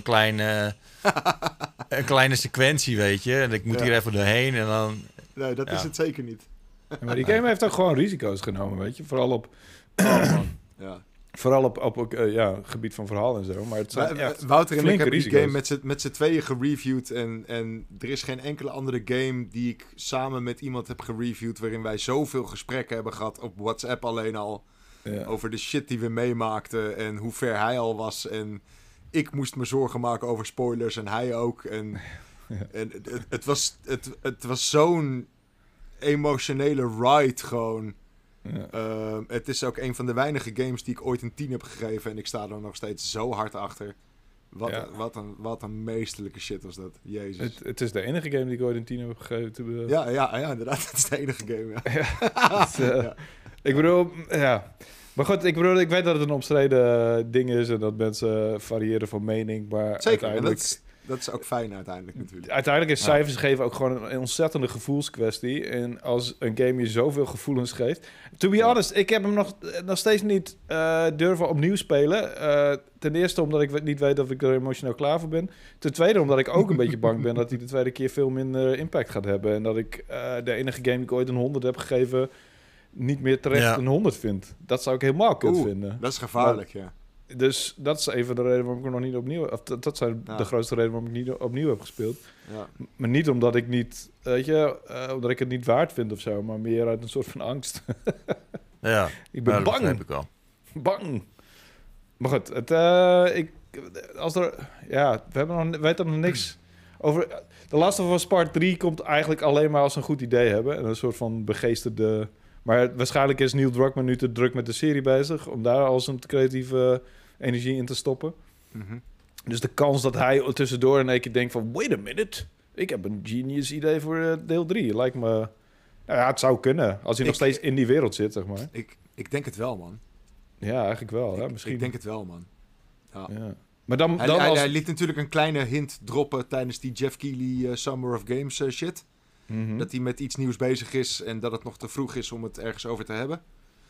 kleine sequentie, weet je. En ik moet hier even doorheen en dan... Nee, dat is het zeker niet. Maar die game heeft ook gewoon risico's genomen, weet je. Vooral op... Vooral op gebied van verhaal en zo. Maar het zijn echt Wouter en ik hebben die game met z'n tweeën gereviewd. En er is geen enkele andere game die ik samen met iemand heb gereviewd... waarin wij zoveel gesprekken hebben gehad op WhatsApp alleen al. Ja. Over de shit die we meemaakten en hoe ver hij al was. En ik moest me zorgen maken over spoilers en hij ook. En het was zo'n emotionele ride gewoon... Ja. Het is ook een van de weinige games die ik ooit een 10 heb gegeven. En ik sta er nog steeds zo hard achter. Wat een meesterlijke shit was dat. Jezus. Het is de enige game die ik ooit een 10 heb gegeven. Ja, inderdaad. Het is de enige game, ja. Ik bedoel, maar goed, ik weet dat het een omstreden ding is. En dat mensen variëren van mening. Maar zeker, uiteindelijk... Dat is ook fijn uiteindelijk natuurlijk. Uiteindelijk is cijfers geven ook gewoon een ontzettende gevoelskwestie. En als een game je zoveel gevoelens geeft... To be honest, ik heb hem nog steeds niet durven opnieuw spelen. Ten eerste omdat ik niet weet of ik er emotioneel klaar voor ben. Ten tweede omdat ik ook een beetje bang ben... dat hij de tweede keer veel minder impact gaat hebben. En dat ik de enige game die ik ooit een 100 heb gegeven... niet meer terecht een 100 vind. Dat zou ik helemaal kut vinden. Dat is gevaarlijk, ja. Dus dat is even de reden waarom ik er nog niet opnieuw... Of dat zijn de grootste reden waarom ik niet opnieuw heb gespeeld. Ja. Maar niet omdat ik niet... omdat ik het niet waard vind of zo. Maar meer uit een soort van angst. Ja. Ik ben bang. Dat heb ik al. Bang. Maar goed. We weten nog niks over... The Last of Us Part 3 komt eigenlijk alleen maar als ze een goed idee hebben. En een soort van begeesterde... Maar waarschijnlijk is Neil Druckmann nu te druk met de serie bezig... om daar al zijn creatieve energie in te stoppen. Mm-hmm. Dus de kans dat hij tussendoor in één keer denkt van... wait a minute, ik heb een genius idee voor deel 3. Lijkt me... Nou ja, het zou kunnen. Als hij nog steeds in die wereld zit, zeg maar. Ik denk het wel, man. Ja, eigenlijk wel. Misschien. Ik denk het wel, man. Ja. Maar hij liet natuurlijk een kleine hint droppen tijdens die Jeff Keighley Summer of Games shit. Mm-hmm. Dat hij met iets nieuws bezig is en dat het nog te vroeg is om het ergens over te hebben.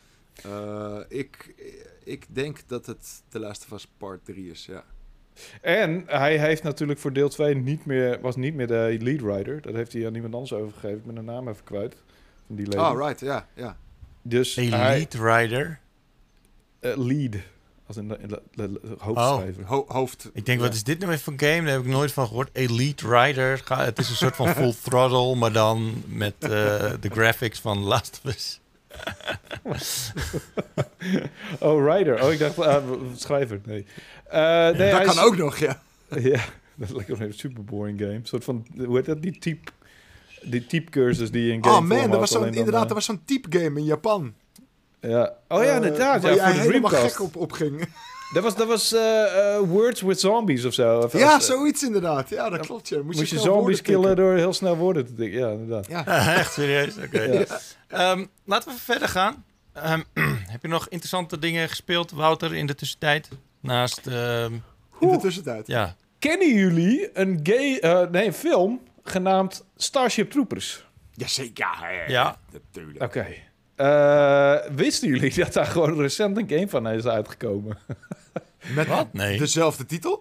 Ik denk dat het The Last of Us Part 3 is, ja. En hij heeft natuurlijk voor deel 2 was niet meer de lead writer. Dat heeft hij aan iemand anders overgegeven. Ik ben de naam even kwijt. Van die lady. Oh, right, ja. Dus lead writer? Lead. Als in de hoofdschrijver. Hoofd. Ik denk, wat is dit nou weer voor game? Daar heb ik nooit van gehoord. Elite Rider. Het is een soort van full throttle, maar dan met de graphics van Last of Us. Rider. Oh, ik dacht schrijver. Nee. Dat kan ook nog, ja. Ja, dat lijkt wel een super boring game. Een soort van, hoe heet dat? Die typecursus die je in game. Oh man, er was zo'n type game in Japan. Ja. Oh ja, inderdaad. Waar jij helemaal gek op ging. Dat was Words with Zombies of zo. Ja, zoiets inderdaad. Ja, dat klopt. Ja. Moest je zombies killen door heel snel woorden te denken. Ja, inderdaad. Ja. Echt serieus? Oké. Ja. Laten we verder gaan. Heb je nog interessante dingen gespeeld, Wouter, in de tussentijd? Naast... in de tussentijd? Ja. Kennen jullie een film genaamd Starship Troopers? Jazeker. Ja. Natuurlijk. Oké. Wisten jullie dat daar gewoon recent een game van is uitgekomen? Met wat? Nee. Dezelfde titel?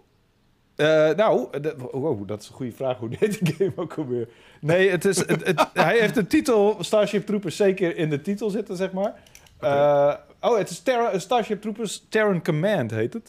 Dat is een goede vraag. Hoe heet de game ook alweer? Nee, hij heeft de titel Starship Troopers zeker in de titel zitten, zeg maar. Okay. Het is Starship Troopers Terran Command heet het.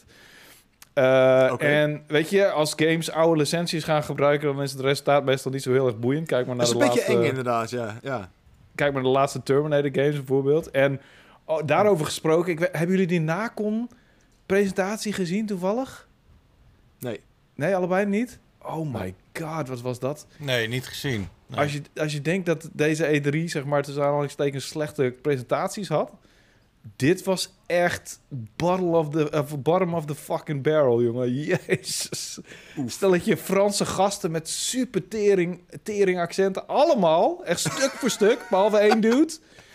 En weet je, als games oude licenties gaan gebruiken, dan is het resultaat meestal niet zo heel erg boeiend. Kijk maar naar dat is een beetje eng inderdaad, ja. Kijk maar naar de laatste Terminator games bijvoorbeeld. En daarover gesproken, hebben jullie die Nacon-presentatie gezien toevallig? Nee. Nee, allebei niet? Oh my god, wat was dat? Nee, niet gezien. Nee. Als je denkt dat deze E3, zeg maar, tussen aanhalingstekens slechte presentaties had, dit was echt bottom of the fucking barrel, jongen. Jezus. Stelletje Franse gasten met super tering accenten. Allemaal, echt stuk voor stuk, behalve één dude.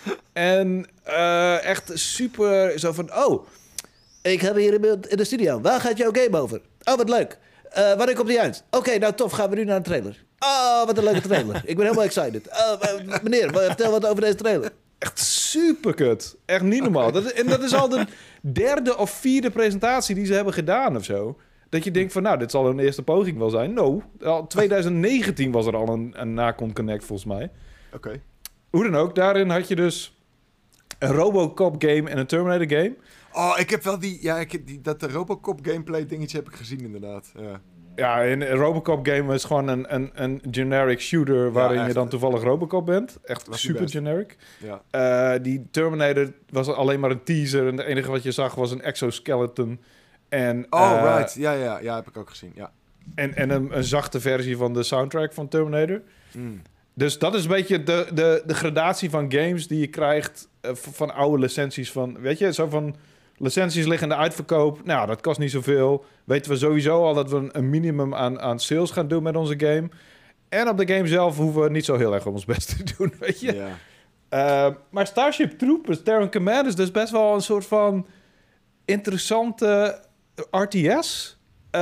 En echt super zo van, ik heb hier in de studio. Waar gaat jouw game over? Oh, wat leuk. Wanneer komt die uit? Oké, nou tof, gaan we nu naar de trailer. Oh, wat een leuke trailer. Ik ben helemaal excited. Meneer, vertel wat over deze trailer. Echt super kut. Echt niet normaal. Dat is al de 3e of 4e presentatie die ze hebben gedaan of zo. Dat je denkt van, nou, dit zal hun eerste poging wel zijn. No, al 2019 was er al een Nacon Connect volgens mij. Oké. Hoe dan ook, daarin had je dus een Robocop game en een Terminator game. Oh, ik heb wel dat de Robocop gameplay dingetje heb ik gezien inderdaad. Ja, een Robocop game is gewoon een generic shooter waarin je dan toevallig Robocop bent. Echt super generic. Ja. Die Terminator was alleen maar een teaser en het enige wat je zag was een exoskeleton. En, right. Ja, heb ik ook gezien, ja. En een zachte versie van de soundtrack van Terminator. Dus dat is een beetje de gradatie van games die je krijgt van oude licenties van, weet je, zo van licenties liggen in de uitverkoop. Nou, dat kost niet zoveel. Weten we sowieso al dat we een minimum aan sales gaan doen met onze game. En op de game zelf hoeven we niet zo heel erg om ons best te doen, weet je. Yeah. Maar Starship Troopers, Terran Command is dus best wel een soort van interessante RTS.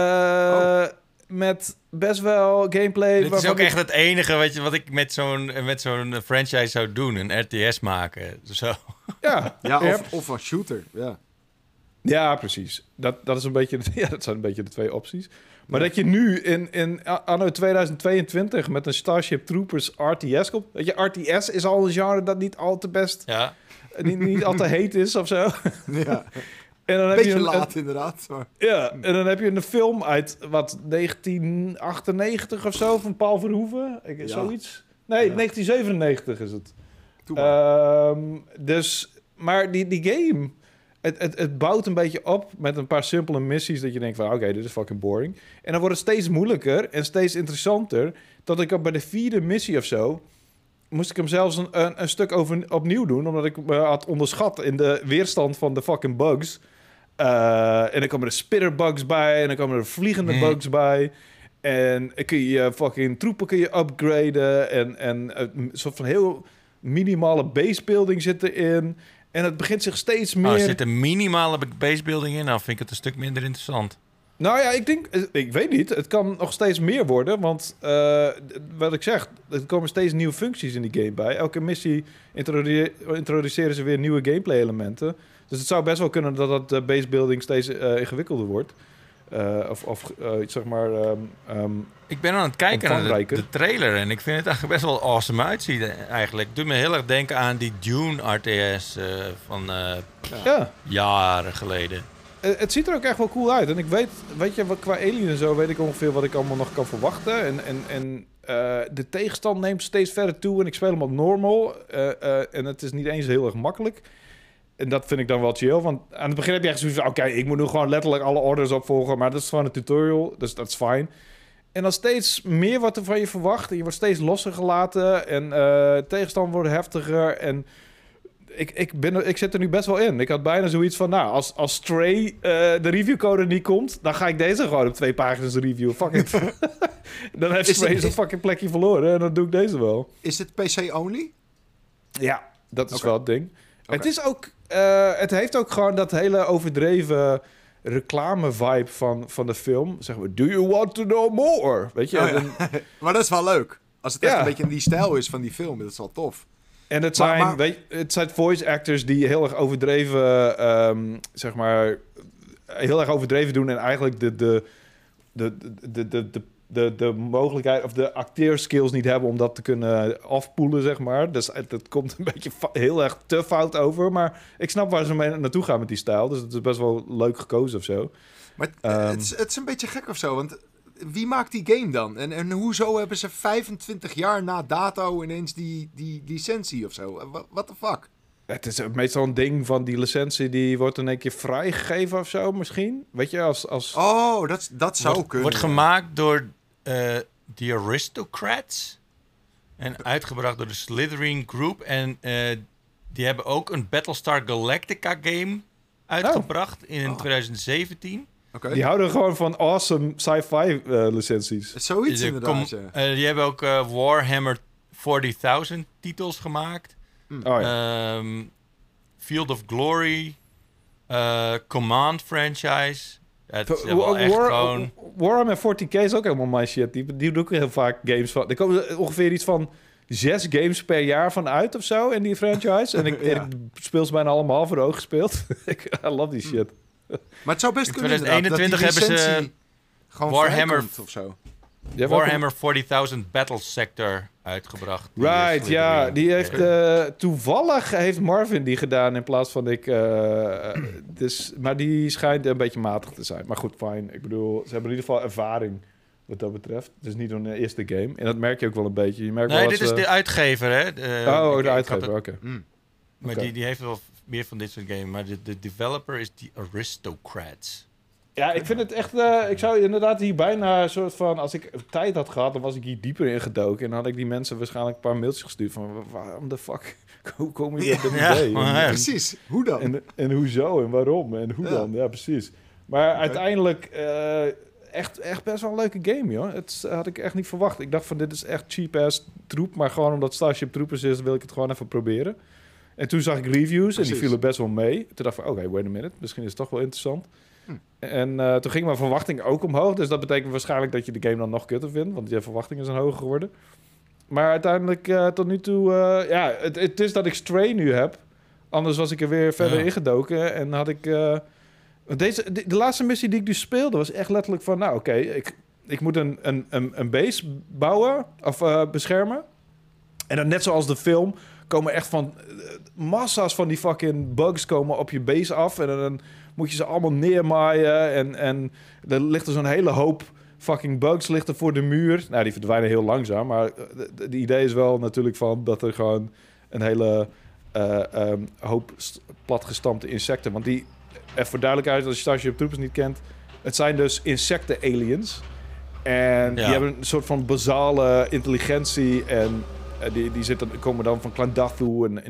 Met best wel gameplay. Dit is ook echt het enige wat ik met zo'n franchise zou doen. Een RTS maken. Zo. Ja, of een shooter. Ja. Ja, precies. Dat is een beetje, dat zijn een beetje de twee opties. Maar dat je nu in anno 2022 met een Starship Troopers RTS komt. Weet je, RTS is al een genre dat niet al te best, niet al te heet is of zo. Ja. En dan beetje laat inderdaad. Maar... Ja, en dan heb je een film uit 1998 of zo van Paul Verhoeven. Zoiets. Nee, 1997 is het. Dus, maar die game, het bouwt een beetje op met een paar simpele missies dat je denkt van oké, dit is fucking boring. En dan wordt het steeds moeilijker en steeds interessanter. Dat ik bij de 4e missie of zo moest ik hem zelfs een stuk opnieuw doen, omdat ik me had onderschat in de weerstand van de fucking bugs. En dan komen er spitterbugs bij en dan komen er vliegende bugs bij. En kun je fucking troepen upgraden en een soort van heel minimale basebuilding zit erin. En het begint zich steeds meer... Er zit een minimale basebuilding in, nou vind ik het een stuk minder interessant. Nou ja, ik weet niet. Het kan nog steeds meer worden, want wat ik zeg, er komen steeds nieuwe functies in die game bij. Elke missie introduceren ze weer nieuwe gameplay-elementen. Dus het zou best wel kunnen dat het basebuilding steeds ingewikkelder wordt. Zeg maar... ik ben aan het kijken naar de trailer en ik vind het eigenlijk best wel awesome uitzien eigenlijk. Het doet me heel erg denken aan die Dune RTS van jaren geleden. Het ziet er ook echt wel cool uit. En ik weet je, qua Alien en zo weet ik ongeveer wat ik allemaal nog kan verwachten. En de tegenstand neemt steeds verder toe en ik speel hem op normal. En het is niet eens heel erg makkelijk. En dat vind ik dan wel chill. Want aan het begin heb je echt zoiets van... Oké, ik moet nu gewoon letterlijk alle orders opvolgen. Maar dat is gewoon een tutorial, dus dat is fijn. En dan steeds meer wat er van je verwacht. En je wordt steeds losser gelaten. En tegenstand wordt heftiger. En ik zit er nu best wel in. Ik had bijna zoiets van... Nou, als Stray de reviewcode niet komt... dan ga ik deze gewoon op 2 pagina's reviewen. Fuck it. Dan heeft Stray zijn fucking plekje verloren. En dan doe ik deze wel. Is het PC-only? Ja, dat is wel het ding. Okay. Het is ook... het heeft ook gewoon dat hele overdreven reclame-vibe van de film. Zeg maar, do you want to know more? Weet je? Maar dat is wel leuk. Als het echt een beetje in die stijl is van die film, dat is wel tof. En het zijn voice actors die heel erg overdreven, zeg maar, heel erg overdreven doen en eigenlijk de mogelijkheid of de acteerskills niet hebben om dat te kunnen afpoelen, zeg maar. Dus dat komt een beetje heel erg te fout over. Maar ik snap waar ze mee naartoe gaan met die stijl. Dus het is best wel leuk gekozen of zo. Maar het is een beetje gek of zo, want wie maakt die game dan? En hoezo hebben ze 25 jaar na dato ineens die licentie of zo? What the fuck? Het is meestal een ding van die licentie... die wordt in één keer vrijgegeven of zo misschien. Weet je, als... Oh, dat zou kunnen. Wordt gemaakt door The Aristocrats. En uitgebracht door de Slytherin Group. En die hebben ook een Battlestar Galactica game uitgebracht in 2017. Okay. Die houden gewoon van awesome sci-fi licenties. Zoiets inderdaad, die hebben ook Warhammer 40.000 titels gemaakt. Field of Glory. Command franchise. Het is wel echt gewoon... Warhammer 40k is ook helemaal my shit. Die doe ik heel vaak games van. Er komen ongeveer iets van 6 games per jaar van uit of zo in die franchise. En ik speel ze bijna allemaal voor de ogen gespeeld. I love die shit. Maar het zou best kunnen 2021 hebben ze gewoon Warhammer of zo. Warhammer 40.000 Battle Sector uitgebracht. Right, ja. Die heeft toevallig heeft Marvin die gedaan in plaats van ik. Dus, maar die schijnt een beetje matig te zijn. Maar goed, fijn. Ik bedoel, ze hebben in ieder geval ervaring wat dat betreft. Het is niet een eerste game. En dat merk je ook wel een beetje. Je merkt dit is de uitgever, hè? De uitgever, oké. Maar die heeft wel meer van dit soort games. Maar de developer is The Aristocrats. Ja, ik vind het echt... ik zou inderdaad hier bijna een soort van... Als ik tijd had gehad, dan was ik hier dieper in gedoken. En dan had ik die mensen waarschijnlijk een paar mailtjes gestuurd van... Waarom de fuck? Hoe kom je op dit idee? Precies. Hoe dan? En hoezo en waarom en hoe dan? Ja, precies. Maar uiteindelijk... echt best wel een leuke game, joh. Het had ik echt niet verwacht. Ik dacht van, dit is echt cheap-ass troep. Maar gewoon omdat Starship Troopers is, wil ik het gewoon even proberen. En toen zag ik reviews en die vielen best wel mee. Toen dacht ik van, oké, wait a minute. Misschien is het toch wel interessant. En toen ging mijn verwachting ook omhoog. Dus dat betekent waarschijnlijk dat je de game dan nog kutter vindt. Want je verwachtingen zijn hoger geworden. Maar uiteindelijk tot nu toe... het is dat ik Stray nu heb. Anders was ik er weer verder ingedoken. En had ik... de laatste missie die ik dus speelde was echt letterlijk van... Nou, oké, ik moet een base bouwen of beschermen. En dan net zoals de film komen echt van... massa's van die fucking bugs komen op je base af. En dan moet je ze allemaal neermaaien. En er ligt er zo'n hele hoop fucking bugs ligt er voor de muur. Nou, die verdwijnen heel langzaam. Maar de idee is wel natuurlijk van dat er gewoon een hele hoop platgestampte insecten... Want die, even voor duidelijkheid, als je Starship Troopers niet kent... Het zijn dus insecten-aliens. En die hebben een soort van basale intelligentie... En die komen dan van Klandathu, een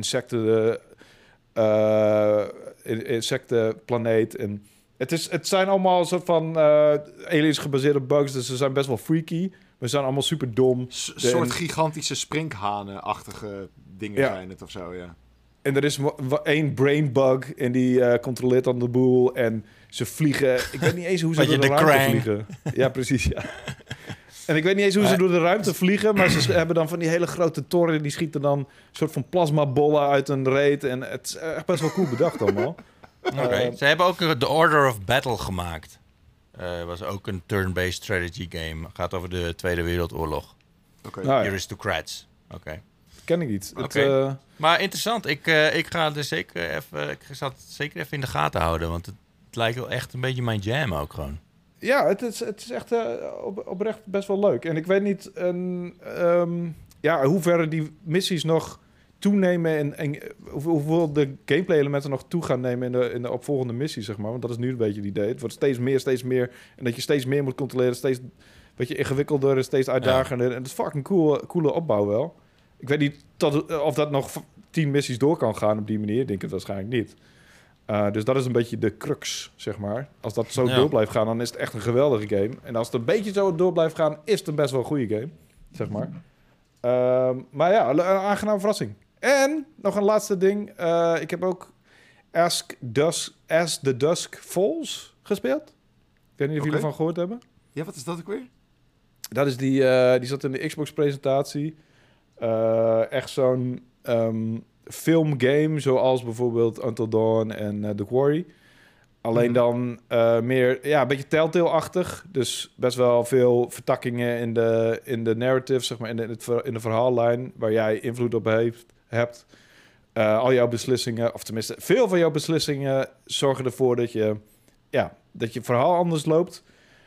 insectenplaneet. En het zijn allemaal een soort van aliens gebaseerd op bugs, dus ze zijn best wel freaky. We zijn allemaal super dom. Soort gigantische sprinkhanen-achtige dingen zijn het of zo, ja. En er is één brain bug en die controleert dan de boel. En ze vliegen... Ik weet niet eens hoe ze door de ruimte vliegen. Ja, precies, ja. En ik weet niet eens hoe ze door de ruimte vliegen... maar ze hebben dan van die hele grote toren... die schieten dan een soort van plasmabollen uit een reet. En het is echt best wel cool bedacht allemaal. Ze hebben ook The Order of Battle gemaakt. Was ook een turn-based strategy game. Gaat over de Tweede Wereldoorlog. Aristocrats. Ken ik niet. Maar interessant. Ik ga er zeker even... Ik zal het zeker even in de gaten houden. Want het lijkt wel echt een beetje mijn jam ook gewoon. Ja, het is echt oprecht best wel leuk. En ik weet niet hoeverre die missies nog toenemen... en hoeveel de gameplay-elementen nog toe gaan nemen in de opvolgende missies, zeg maar. Want dat is nu een beetje het idee. Het wordt steeds meer. En dat je steeds meer moet controleren. Steeds een beetje ingewikkelder en steeds uitdagender. Ja. En dat is fucking coole opbouw wel. Ik weet niet of dat nog 10 missies door kan gaan op die manier. Ik denk het waarschijnlijk niet. Dus dat is een beetje de crux, zeg maar. Als dat zo door blijft gaan, dan is het echt een geweldige game. En als het een beetje zo door blijft gaan, is het een best wel een goede game, zeg maar. Maar ja, een aangename verrassing. En nog een laatste ding. Ik heb ook As the Dusk Falls gespeeld. Ik weet niet of jullie ervan gehoord hebben. Ja, wat is dat ook weer? Dat is die zat in de Xbox-presentatie. Echt zo'n filmgame, zoals bijvoorbeeld Until Dawn en The Quarry. Alleen dan meer, een beetje Telltale-achtig. Dus best wel veel vertakkingen in de narrative, zeg maar, in de verhaallijn, waar jij invloed op hebt. Al jouw beslissingen, of tenminste veel van jouw beslissingen, zorgen ervoor dat je verhaal anders loopt.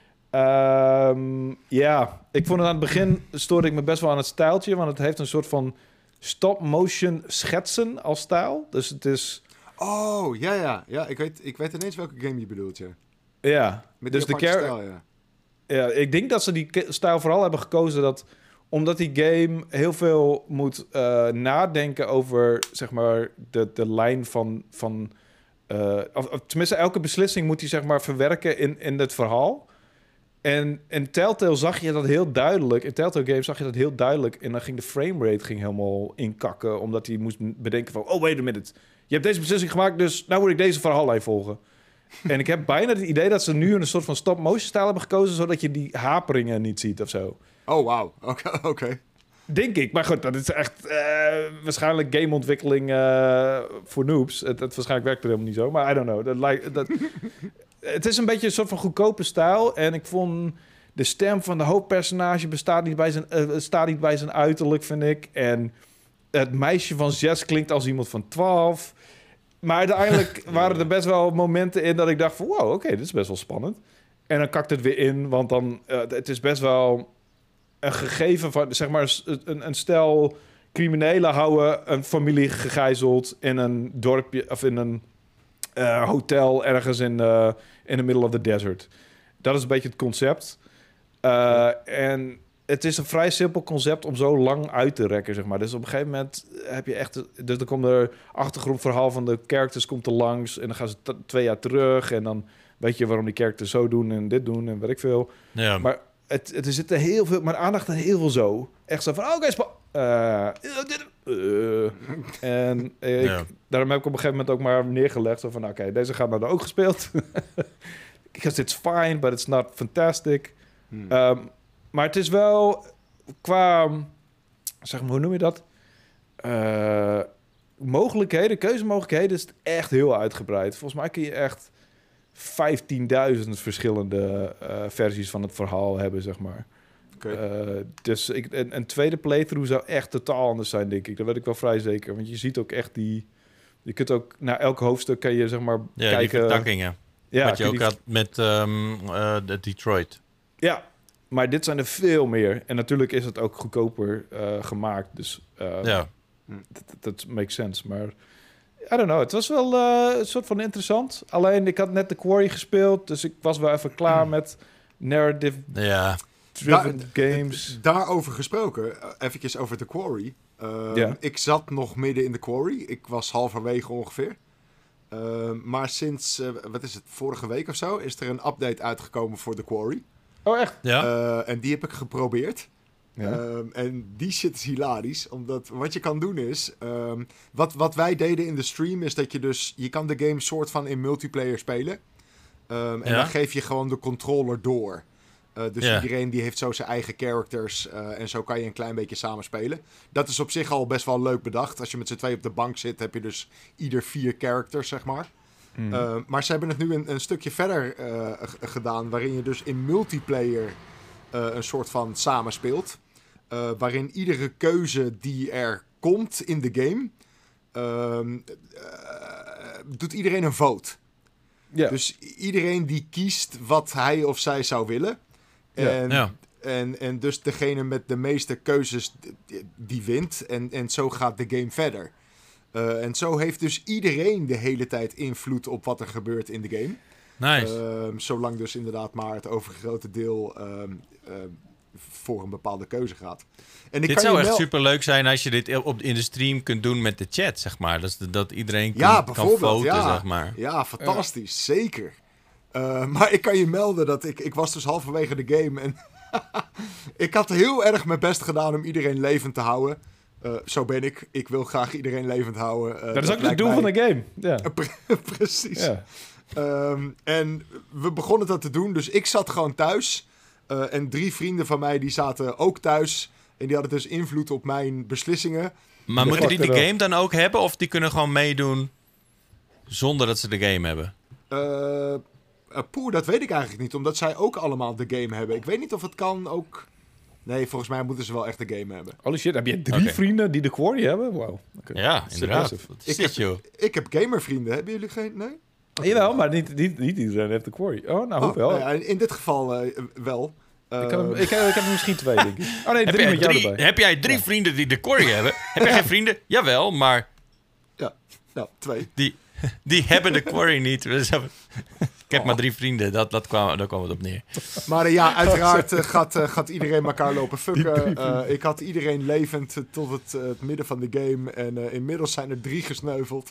Ik vond het aan het begin stoorde ik me best wel aan het stijltje, want het heeft een soort van stop-motion schetsen als stijl. Dus het is... Oh, ja. Ik weet ineens welke game je bedoelt, ja. Ja. Met dus de stijl, ja. Ja, ik denk dat ze die stijl vooral hebben gekozen omdat die game heel veel moet nadenken over, zeg maar, de lijn van of tenminste, elke beslissing moet hij, zeg maar, verwerken in het verhaal. En in Telltale zag je dat heel duidelijk. In Telltale Games zag je dat heel duidelijk. En dan ging de framerate helemaal inkakken. Omdat hij moest bedenken van... Oh, wait a minute. Je hebt deze beslissing gemaakt, dus nou moet ik deze verhaallijn volgen. En ik heb bijna het idee dat ze nu een soort van stop-motion stijl hebben gekozen... zodat je die haperingen niet ziet of zo. Oh, wauw. Oké. Denk ik. Maar goed, dat is echt waarschijnlijk gameontwikkeling voor noobs. Het waarschijnlijk werkt er helemaal niet zo. Maar I don't know. Het is een beetje een soort van goedkope stijl. En ik vond de stem van de hoofdpersonage staat niet bij zijn uiterlijk, vind ik. En het meisje van 6 klinkt als iemand van 12. Maar uiteindelijk waren er best wel momenten in dat ik dacht van... wow, oké, dit is best wel spannend. En dan kakt het weer in, want dan... het is best wel een gegeven van... zeg maar, een stel criminelen houden een familie gegijzeld in een dorpje... of in een hotel ergens in the middle of the desert. Dat is een beetje het concept. En het is een vrij simpel concept om zo lang uit te rekken, zeg maar. Dus op een gegeven moment heb je echt... Dus dan komt er achtergrondverhaal van de characters komt er langs... en dan gaan ze 2 jaar terug... en dan weet je waarom die characters zo doen en dit doen en weet ik veel. Ja. Maar er zit heel veel... Maar aandacht en heel veel zo. Echt zo van... daarom heb ik op een gegeven moment ook maar neergelegd. Zo van, oké, deze gaat nou ook gespeeld. Because it's fine, but it's not fantastic. Maar het is wel qua... Zeg maar, hoe noem je dat? Keuzemogelijkheden is het echt heel uitgebreid. Volgens mij kun je echt 15.000 verschillende versies van het verhaal hebben, zeg maar. Okay. Dus een tweede playthrough zou echt totaal anders zijn, denk ik. Dat weet ik wel vrij zeker. Want je ziet ook echt je kunt ook naar elk hoofdstuk kan je, zeg maar, kijken... die vertakkingen. Ja, wat je ook had met de Detroit. Ja, maar dit zijn er veel meer. En natuurlijk is het ook goedkoper gemaakt. Dus dat makes sense. Maar I don't know. Het was wel een soort van interessant. Alleen, ik had net The Quarry gespeeld. Dus ik was wel even klaar met narrative... Ja. Games. Daarover gesproken, eventjes over The Quarry. Ik zat nog midden in The Quarry. Ik was halverwege ongeveer. Maar sinds, vorige week of zo... is er een update uitgekomen voor The Quarry. Oh, echt? Ja. En die heb ik geprobeerd. Ja. En die shit is hilarisch. Omdat wat je kan doen is... wat wij deden in de stream is dat je kan de game soort van in multiplayer spelen. En dan geef je gewoon de controller door. Dus iedereen die heeft zo zijn eigen characters. En zo kan je een klein beetje samen spelen. Dat is op zich al best wel leuk bedacht. Als je met z'n twee op de bank zit, heb je dus ieder 4 characters, zeg maar. Maar ze hebben het nu een stukje verder gedaan. Waarin je dus in multiplayer een soort van samenspeelt. Waarin iedere keuze die er komt in de game... doet iedereen een vote. Ja. Dus iedereen die kiest wat hij of zij zou willen. En dus degene met de meeste keuzes, die wint. En zo gaat de game verder. En zo heeft dus iedereen de hele tijd invloed op wat er gebeurt in de game. Nice. Zolang dus inderdaad maar het overgrote deel voor een bepaalde keuze gaat. En dit zou echt superleuk zijn als je dit in de stream kunt doen met de chat, zeg maar. Dat iedereen kan voten, zeg maar. Ja, fantastisch. Zeker. Maar ik kan je melden dat ik was dus halverwege de game en ik had heel erg mijn best gedaan om iedereen levend te houden. Zo ben ik. Ik wil graag iedereen levend houden. Dat is ook het doel van de game. Ja. Precies. Ja. En we begonnen dat te doen. Dus ik zat gewoon thuis. En 3 vrienden van mij die zaten ook thuis. En die hadden dus invloed op mijn beslissingen. Maar moeten die de game dan ook hebben? Of die kunnen gewoon meedoen zonder dat ze de game hebben? Dat weet ik eigenlijk niet. Omdat zij ook allemaal de game hebben. Ik weet niet of het kan ook... Nee, volgens mij moeten ze wel echt de game hebben. Holy shit, heb je 3 vrienden die de Quarry hebben? Wow. Okay. Ja, inderdaad. Ik heb gamervrienden. Hebben jullie geen? Nee? Okay. Jawel, maar niet iedereen heeft de Quarry. Oh, nou, hoeveel? Nou ja, in dit geval wel. Ik heb er misschien 2, denk ik. Oh nee, 3 met jou erbij. Heb jij 3 vrienden die de Quarry hebben? Heb jij geen vrienden? Jawel, maar... Ja, nou, 2. Die hebben de Quarry niet. Ik heb maar 3 vrienden, daar kwam het op neer. Maar ja, uiteraard gaat iedereen elkaar lopen fucken. Ik had iedereen levend tot het midden van de game. En inmiddels zijn er 3 gesneuveld.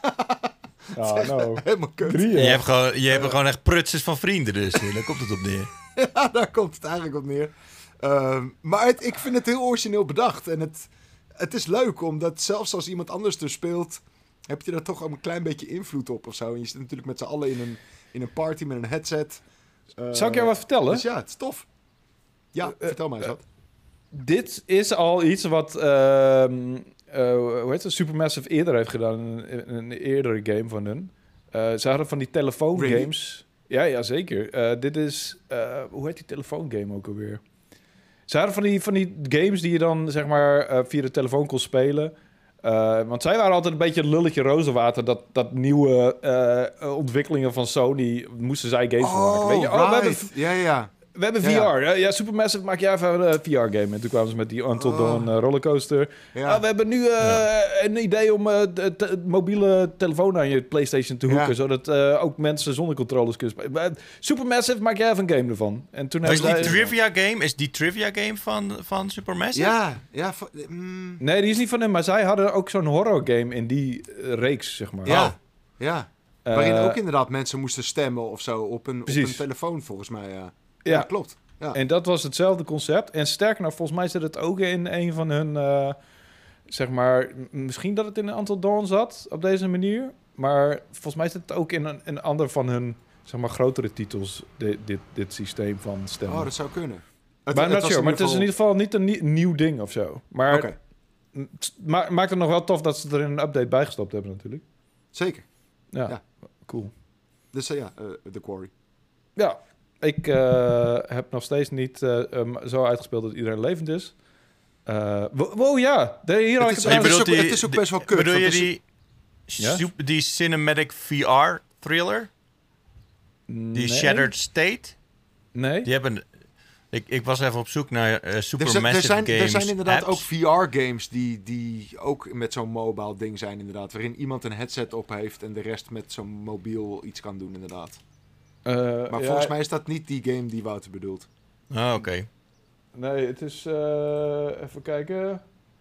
Helemaal kut. 3, ja. Je hebt gewoon echt prutsers van vrienden dus. Daar komt het op neer. Ja, daar komt het eigenlijk op neer. Maar ik vind het heel origineel bedacht. En het is leuk, omdat zelfs als iemand anders er speelt... heb je daar toch ook een klein beetje invloed op of zo. En je zit natuurlijk met z'n allen in een party met een headset. Zal ik jou wat vertellen? Dus ja, het is tof. Ja, vertel mij eens wat. Dit is al iets wat hoe heet het? Supermassive eerder heeft gedaan in een eerdere game van hun. Ze hadden van die telefoongames. Ja, zeker. Dit is... hoe heet die telefoongame ook alweer? Ze hadden van die games die je dan zeg maar via de telefoon kon spelen... want zij waren altijd een beetje het lulletje rozenwater... dat nieuwe ontwikkelingen van Sony... moesten zij games van maken. Weet je? Right. We hebben VR. Ja, Supermassive, maak jij even een VR-game. En toen kwamen ze met die Until Dawn rollercoaster. Ja. We hebben nu een idee om de mobiele telefoon aan je PlayStation te hoeken... zodat ook mensen zonder controllers kunnen spelen. Supermassive, maak jij even een game ervan. En toen is die trivia game van Supermassive? Ja. Nee, die is niet van hem, maar zij hadden ook zo'n horror game in die reeks, zeg maar. Ja. Waarin ook inderdaad mensen moesten stemmen of zo op een telefoon, volgens mij, Ja, klopt. Ja. En dat was hetzelfde concept. En sterker nog, volgens mij zit het ook in een van hun... zeg maar, misschien dat het in een Until Dawn zat op deze manier. Maar volgens mij zit het ook in een ander van hun zeg maar, grotere titels. Dit systeem van stemmen. Oh, dat zou kunnen. Maar het is in ieder geval niet een nieuw ding of zo. Maar maakt het nog wel tof dat ze er in een update bijgestopt hebben natuurlijk. Zeker. Ja. Cool. Dus The Quarry. Ja. Ik heb nog steeds niet zo uitgespeeld dat iedereen levend is. Wow, ja. Hier het is ook best wel kut. Bedoel je die cinematic VR-thriller? Die Shattered State? Nee. Die hebben... Ik was even op zoek naar Supermassive games. Er zijn inderdaad apps. ook VR-games die ook met zo'n mobile ding zijn, inderdaad. Waarin iemand een headset op heeft en de rest met zo'n mobiel iets kan doen, inderdaad. Maar volgens mij is dat niet die game die Wouter bedoelt. Ah, oké. Nee, het is... even kijken.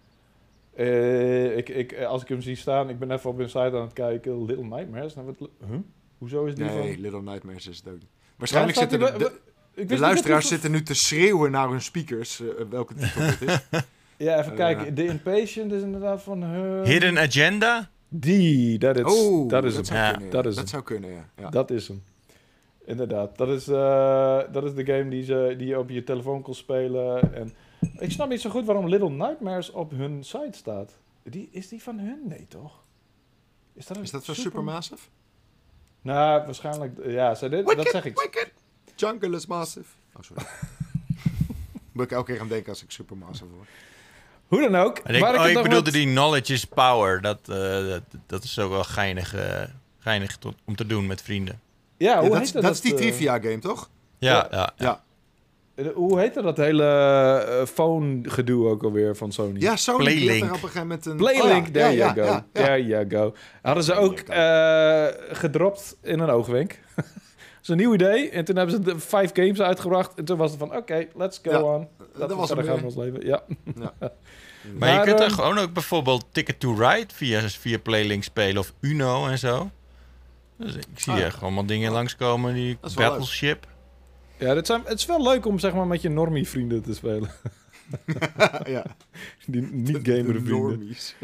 Als ik hem zie staan... Ik ben even op een site aan het kijken. Little Nightmares. Nou, hoezo is die van... Nee, Little Nightmares is het ook niet. Waarschijnlijk zit er... De luisteraars zitten nu te schreeuwen naar hun speakers welke titel het is. Ja, even kijken. The Impatient is inderdaad van hun... Hidden Agenda? Dat is hem. Dat zou kunnen, ja. Dat is hem. Inderdaad. Dat is de game die je op je telefoon kon spelen. En ik snap niet zo goed waarom Little Nightmares op hun site staat. Is die van hun? Nee, toch? Is dat van Supermassive? Nou, waarschijnlijk... Ja, dat zeg ik. Wicked. Jungle is massive. Oh, sorry. Moet ik elke keer aan denken als ik Supermassive hoor. Hoe dan ook. Ik bedoelde die knowledge is power. Dat is ook wel geinig om te doen met vrienden. Ja, hoe heet dat? Dat is die trivia game, toch? Ja. Hoe heette dat hele phone gedoe ook alweer van Sony? Ja, Sony. Playlink. Op een gegeven moment een... Playlink, there you go. Hadden ze ook gedropt in een oogwenk. Dat is een nieuw idee. En toen hebben ze 5 games uitgebracht. En toen was het van, oké, let's go on. Dat was het gaan ons leven. Ja. Maar je kunt er gewoon ook bijvoorbeeld Ticket to Ride via Playlink spelen. Of Uno en zo. Dus ik zie echt allemaal dingen langskomen. Die Battleship. Ja, het is wel leuk om zeg maar met je normie vrienden te spelen. Ja. Die niet-gamer vrienden. Normies.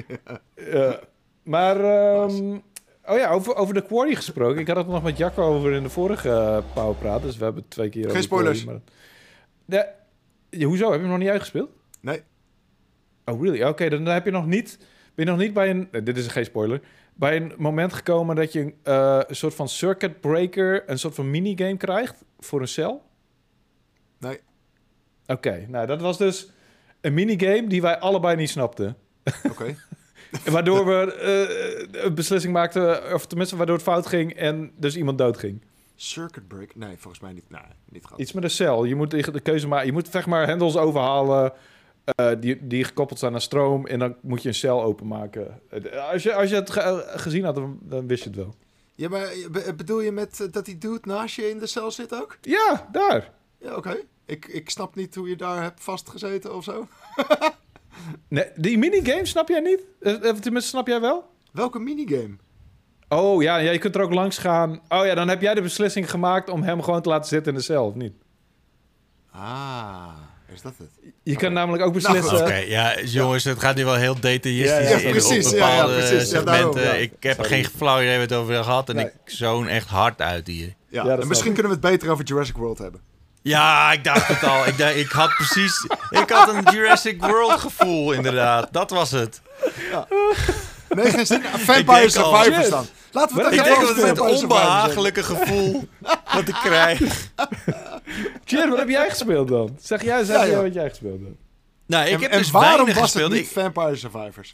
Maar, over de Quarry gesproken. Ik had het nog met Jacco over in de vorige Powerpraat. Dus we hebben 2 keer over Geen spoilers. Quarry, hoezo? Heb je hem nog niet uitgespeeld? Nee. Oh, really? Oké, dan heb je nog niet... Ben je nog niet bij een... dit is geen spoiler. Bij een moment gekomen dat je een soort van circuit breaker... een soort van minigame krijgt voor een cel? Nee. Oké, nou dat was dus een minigame die wij allebei niet snapten. Oké. Waardoor we een beslissing maakten... of tenminste waardoor het fout ging en dus iemand doodging. Circuit break? Nee, volgens mij niet. Nee, niet gehad. Iets met een cel. Je moet de keuze maken. Je moet zeg maar hendels overhalen... die gekoppeld zijn aan stroom... en dan moet je een cel openmaken. Als je het gezien had, dan wist je het wel. Ja, maar bedoel je met dat die dude naast je in de cel zit ook? Ja, daar. Ja, oké. Ik snap niet hoe je daar hebt vastgezeten of zo. Nee, die minigame snap jij niet? Tenminste, snap jij wel? Welke minigame? Oh ja, je kunt er ook langs gaan. Oh ja, dan heb jij de beslissing gemaakt... om hem gewoon te laten zitten in de cel, of niet? Ah... Is dat het? Je kan namelijk ook beslissen... Oké, ja, jongens, het gaat nu wel heel detailistisch precies, op bepaalde precies. segmenten. Ja, ik heb geen flauw idee wat we het over gehad en ik zoon echt hard uit hier. Ja, en misschien kunnen we het beter over Jurassic World hebben. Ja, ik dacht het al. Ik had een Jurassic World gevoel, inderdaad. Dat was het. Ja. Nee, geen zin. Vampire Survivors dan. Laten we ik denk dat het onbehagelijke gevoel wat ik krijg. Cheer, wat heb jij gespeeld dan? Zeg jij wat jij gespeeld hebt. Nou, ik heb dus waarom weinig was gespeeld. Het niet Vampire Survivors?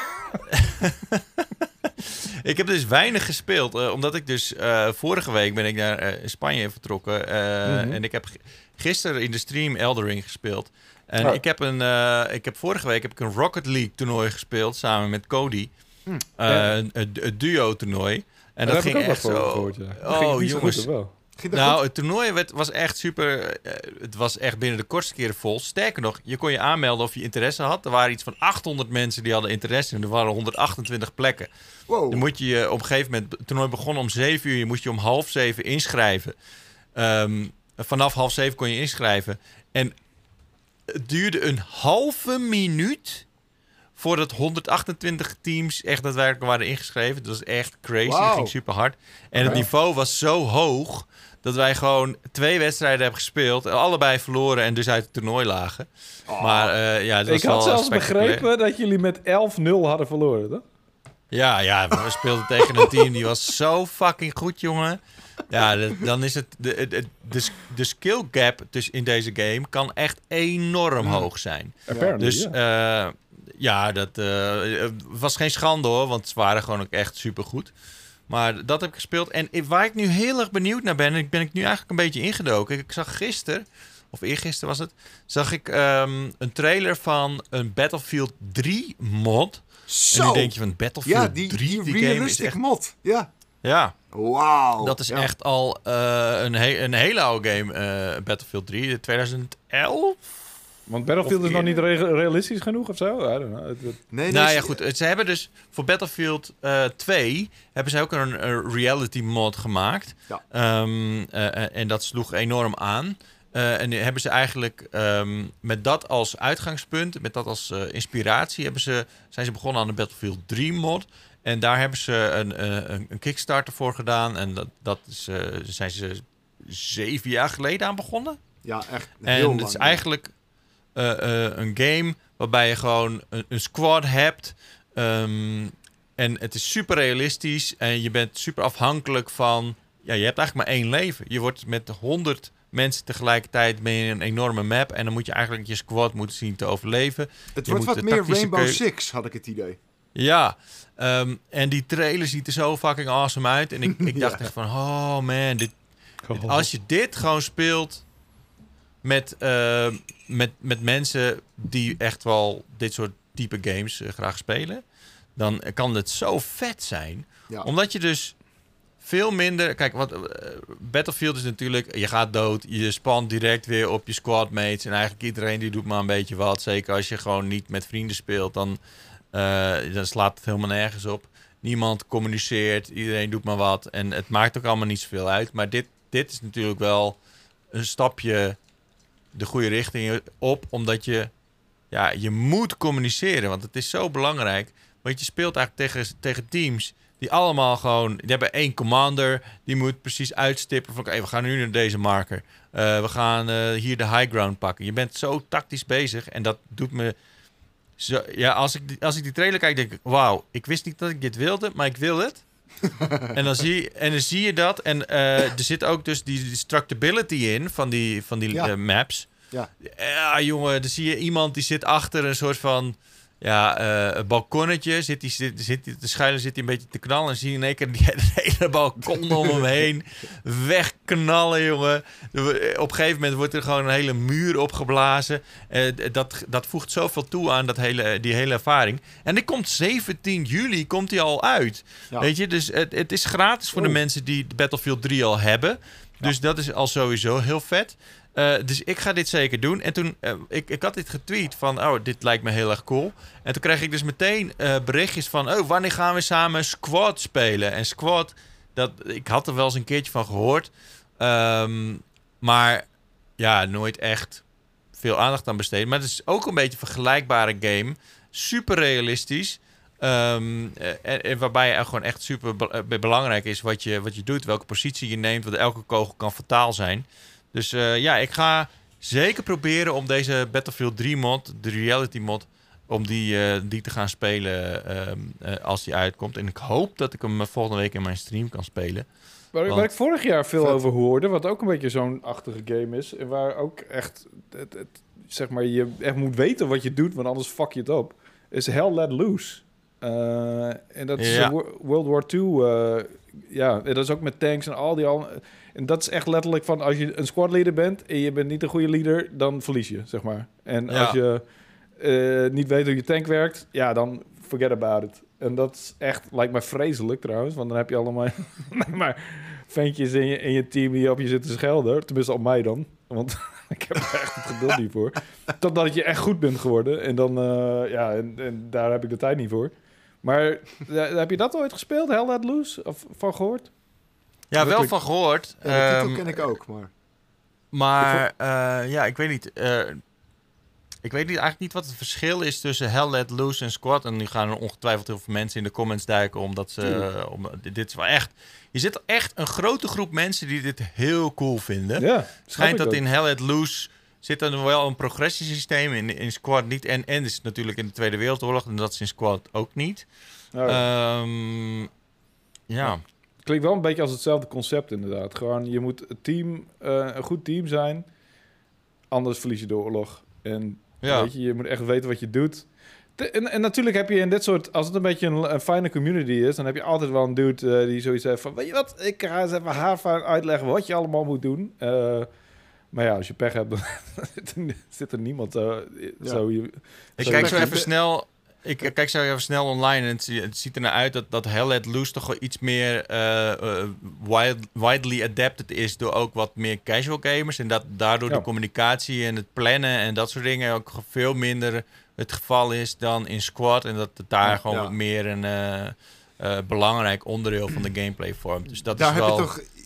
Ik heb dus weinig gespeeld. Omdat ik dus vorige week ben ik naar Spanje vertrokken. En ik heb gisteren in de stream Elden Ring gespeeld. En ik heb vorige week een Rocket League toernooi gespeeld samen met Cody. Een duo toernooi. En dat ging echt zo... Gehoord, ja. Oh, jongens. Nou, het toernooi was echt super... het was echt binnen de kortste keren vol. Sterker nog, je kon je aanmelden of je interesse had. Er waren iets van 800 mensen die hadden interesse. En er waren 128 plekken. Wow. Dan moet je op een gegeven moment... Het toernooi begon om 7 uur. Je moest je om 6:30 inschrijven. Vanaf 6:30 kon je inschrijven. En het duurde een halve minuut... voordat 128 teams echt daadwerkelijk waren ingeschreven. Dat was echt crazy. Wow. Het ging super hard. En het niveau was zo hoog... dat wij gewoon 2 wedstrijden hebben gespeeld... en allebei verloren en dus uit het toernooi lagen. Oh. Maar het was ik had zelfs begrepen dat jullie met 11-0 hadden verloren, toch? Ja, we speelden tegen een team... die was zo fucking goed, jongen. Ja, dan is het... De skill gap dus in deze game... kan echt enorm hoog zijn. Dus... Ja, dat was geen schande hoor, want ze waren gewoon ook echt supergoed. Maar dat heb ik gespeeld. En waar ik nu heel erg benieuwd naar ben ik nu eigenlijk een beetje ingedoken. Ik zag gisteren, of eergisteren was het, zag ik een trailer van een Battlefield 3 mod. Zo! En nu denk je van Battlefield 3? Die realistic game is echt... mod, ja. Ja. Wauw. Dat is echt al een hele oude game, Battlefield 3, 2011. Want Battlefield is nog niet realistisch genoeg of zo? I don't know. Nee, nou ja, goed. Ze hebben dus voor Battlefield 2... hebben ze ook een reality mod gemaakt. Ja. En dat sloeg enorm aan. En nu hebben ze eigenlijk met dat als uitgangspunt, met dat als inspiratie, zijn ze begonnen aan de Battlefield 3 mod. En daar hebben ze een Kickstarter voor gedaan. En zijn ze 7 jaar geleden aan begonnen. Ja, echt heel lang. En het is eigenlijk een game waarbij je gewoon een squad hebt. En het is super realistisch. En je bent super afhankelijk van... Ja, je hebt eigenlijk maar 1 leven. Je wordt met 100 mensen tegelijkertijd ben je een enorme map. En dan moet je eigenlijk je squad moeten zien te overleven. Het wordt wat meer Rainbow Six, had ik het idee. Ja, en die trailer ziet er zo fucking awesome uit. En ik dacht echt van, oh man, als je dit gewoon speelt met mensen die echt wel dit soort type games graag spelen, dan kan het zo vet zijn. Ja. Omdat je dus veel minder... Kijk, Battlefield is natuurlijk... Je gaat dood, je spant direct weer op je squadmates. En eigenlijk iedereen die doet maar een beetje wat. Zeker als je gewoon niet met vrienden speelt, dan slaat het helemaal nergens op. Niemand communiceert, iedereen doet maar wat. En het maakt ook allemaal niet zoveel uit. Maar dit is natuurlijk wel een stapje de goede richting op. Omdat je moet communiceren. Want het is zo belangrijk. Want je speelt eigenlijk tegen teams die allemaal gewoon... Die hebben 1 commander. Die moet precies uitstippen van... Oké, we gaan nu naar deze marker. We gaan hier de high ground pakken. Je bent zo tactisch bezig. En dat doet me... Zo, ja, als ik die trailer kijk, denk ik... Wauw, ik wist niet dat ik dit wilde, maar ik wil het. En dan zie je dat. En er zit ook dus die destructibility in van die maps. Ja, jongen, dan zie je iemand die zit achter een soort van... een balkonnetje. Zit te schuilen, zit hij een beetje te knallen. En zie je in één keer die hele balkon om hem heen wegknallen, jongen. Op een gegeven moment wordt er gewoon een hele muur opgeblazen. Dat voegt zoveel toe aan die hele ervaring. En die komt 17 juli komt die al uit. Ja. Weet je, dus het is gratis voor de mensen die Battlefield 3 al hebben. Dus dat is al sowieso heel vet. Dus ik ga dit zeker doen. En toen, ik had dit getweet van, dit lijkt me heel erg cool. En toen kreeg ik dus meteen berichtjes van, wanneer gaan we samen Squad spelen? En Squad, ik had er wel eens een keertje van gehoord. Maar ja, nooit echt veel aandacht aan besteed. Maar het is ook een beetje een vergelijkbare game. Super realistisch. En waarbij er gewoon echt super belangrijk is wat je doet. Welke positie je neemt. Want elke kogel kan fataal zijn. Dus ik ga zeker proberen om deze Battlefield 3 mod, de reality mod, om die te gaan spelen als die uitkomt. En ik hoop dat ik hem volgende week in mijn stream kan spelen. Waar ik vorig jaar veel over hoorde, wat ook een beetje zo'n achtige game is, en waar ook echt, zeg maar, je echt moet weten wat je doet, want anders fuck je het op, is Hell Let Loose. En dat is World War II. Dat is ook met tanks en al die al. En dat is echt letterlijk van, als je een squadleader bent en je bent niet een goede leader, dan verlies je, zeg maar. En als je niet weet hoe je tank werkt, dan forget about it. En dat is echt, lijkt me vreselijk trouwens, want dan heb je allemaal maar ventjes in je team die op je zitten schelden. Tenminste op mij dan, want ik heb er echt het geduld niet voor. Totdat je echt goed bent geworden en dan, en daar heb ik de tijd niet voor. Maar heb je dat ooit gespeeld, Hell Let Loose, of van gehoord? Ja, wel van gehoord. Ja, de titel ken ik ook, maar... Maar ik weet niet. Ik weet eigenlijk niet wat het verschil is tussen Hell Let Loose en Squad. En nu gaan er ongetwijfeld heel veel mensen in de comments duiken, omdat dit is wel echt... Je zit echt een grote groep mensen die dit heel cool vinden. Ja, schijnt dat in Hell Let Loose zit er wel een progressiesysteem, in Squad niet. En is het natuurlijk in de Tweede Wereldoorlog, en dat is in Squad ook niet. Klinkt wel een beetje als hetzelfde concept inderdaad. Gewoon, je moet een goed team zijn, anders verlies je de oorlog. En weet je moet echt weten wat je doet. En natuurlijk heb je in dit soort, als het een beetje een fijne community is, dan heb je altijd wel een dude die zoiets heeft van, weet je wat, ik ga eens even haarfijn uitleggen wat je allemaal moet doen. Maar ja, als je pech hebt, dan zit er niemand zo. Ik kijk zo even snel. Ik kijk zo even snel online en het ziet er naar uit dat Hell Let Loose toch wel iets meer widely adapted is door ook wat meer casual gamers. En dat daardoor de communicatie en het plannen en dat soort dingen ook veel minder het geval is dan in Squad. En dat het daar gewoon meer een belangrijk onderdeel van de gameplay vormt. Dus dat daar is wel... heb je toch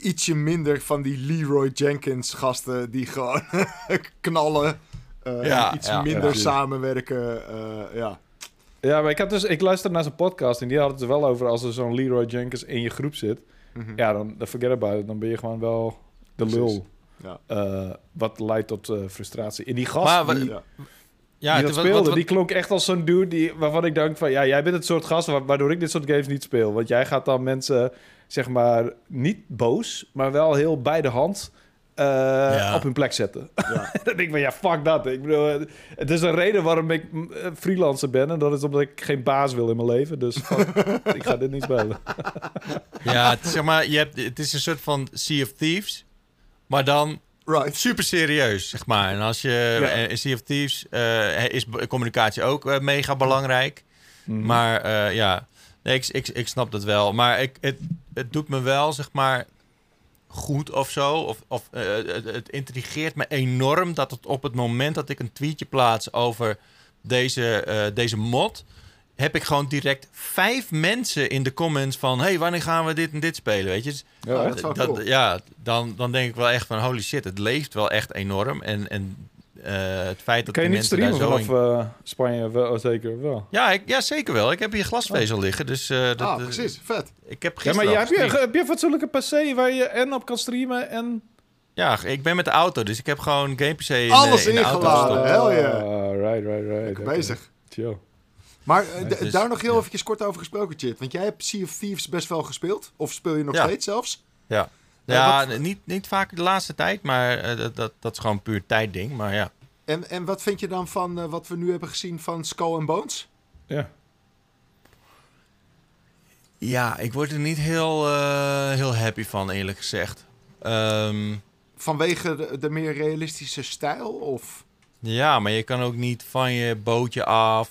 ietsje minder van die Leroy Jenkins gasten die gewoon knallen. Iets minder samenwerken. Ja, maar ik luisterde naar zijn podcast en die hadden het er wel over als er zo'n Leroy Jenkins in je groep zit. Mm-hmm. Ja, dan forget about it. Dan ben je gewoon wel de lul. Ja. Wat leidt tot frustratie. En die gast die dat speelde, die klonk echt als zo'n dude waarvan ik denk van... Ja, jij bent het soort gast waardoor ik dit soort games niet speel. Want jij gaat dan mensen, zeg maar, niet boos, maar wel heel bij de hand op hun plek zetten. Ja. Dan denk ik van, ja, fuck dat. Ik bedoel, het is een reden waarom ik freelancer ben. En dat is omdat ik geen baas wil in mijn leven. Dus ik ga dit niet spelen. Ja, zeg maar, het is een soort van Sea of Thieves, maar dan... Right. Super serieus, zeg maar. En als je in Sea of Thieves is communicatie ook mega belangrijk. Mm-hmm. Maar nee, ik snap dat wel. Maar het doet me wel, zeg maar, goed of zo. Het intrigeert me enorm dat het op het moment dat ik een tweetje plaats over deze mod, heb ik gewoon direct 5 mensen in de comments van... hey, wanneer gaan we dit en dit spelen, weet je? Dus dat is wel cool. Ja, dan denk ik wel echt van... holy shit, het leeft wel echt enorm. En het feit dat kan je die niet mensen streamen vanaf Spanje? Wel, zeker wel. Ja, zeker wel. Ik heb hier glasvezel liggen, dus... precies. Vet. Ik heb maar heb je een fatsoenlijke PC waar je en op kan streamen en... Ja, ik ben met de auto, dus ik heb gewoon game PC in alles in de auto ingeladen, hell yeah. Right. Okay. Bezig. Chill. Maar daar nog heel eventjes kort over gesproken, Chit. Want jij hebt Sea of Thieves best wel gespeeld. Of speel je nog steeds zelfs? Ja, niet vaak de laatste tijd, maar dat is gewoon puur tijdding. Maar ja. En wat vind je dan van wat we nu hebben gezien van Skull and Bones? Ja. Ja, ik word er niet heel happy van, eerlijk gezegd. Vanwege de meer realistische stijl, of... Ja, maar je kan ook niet van je bootje af.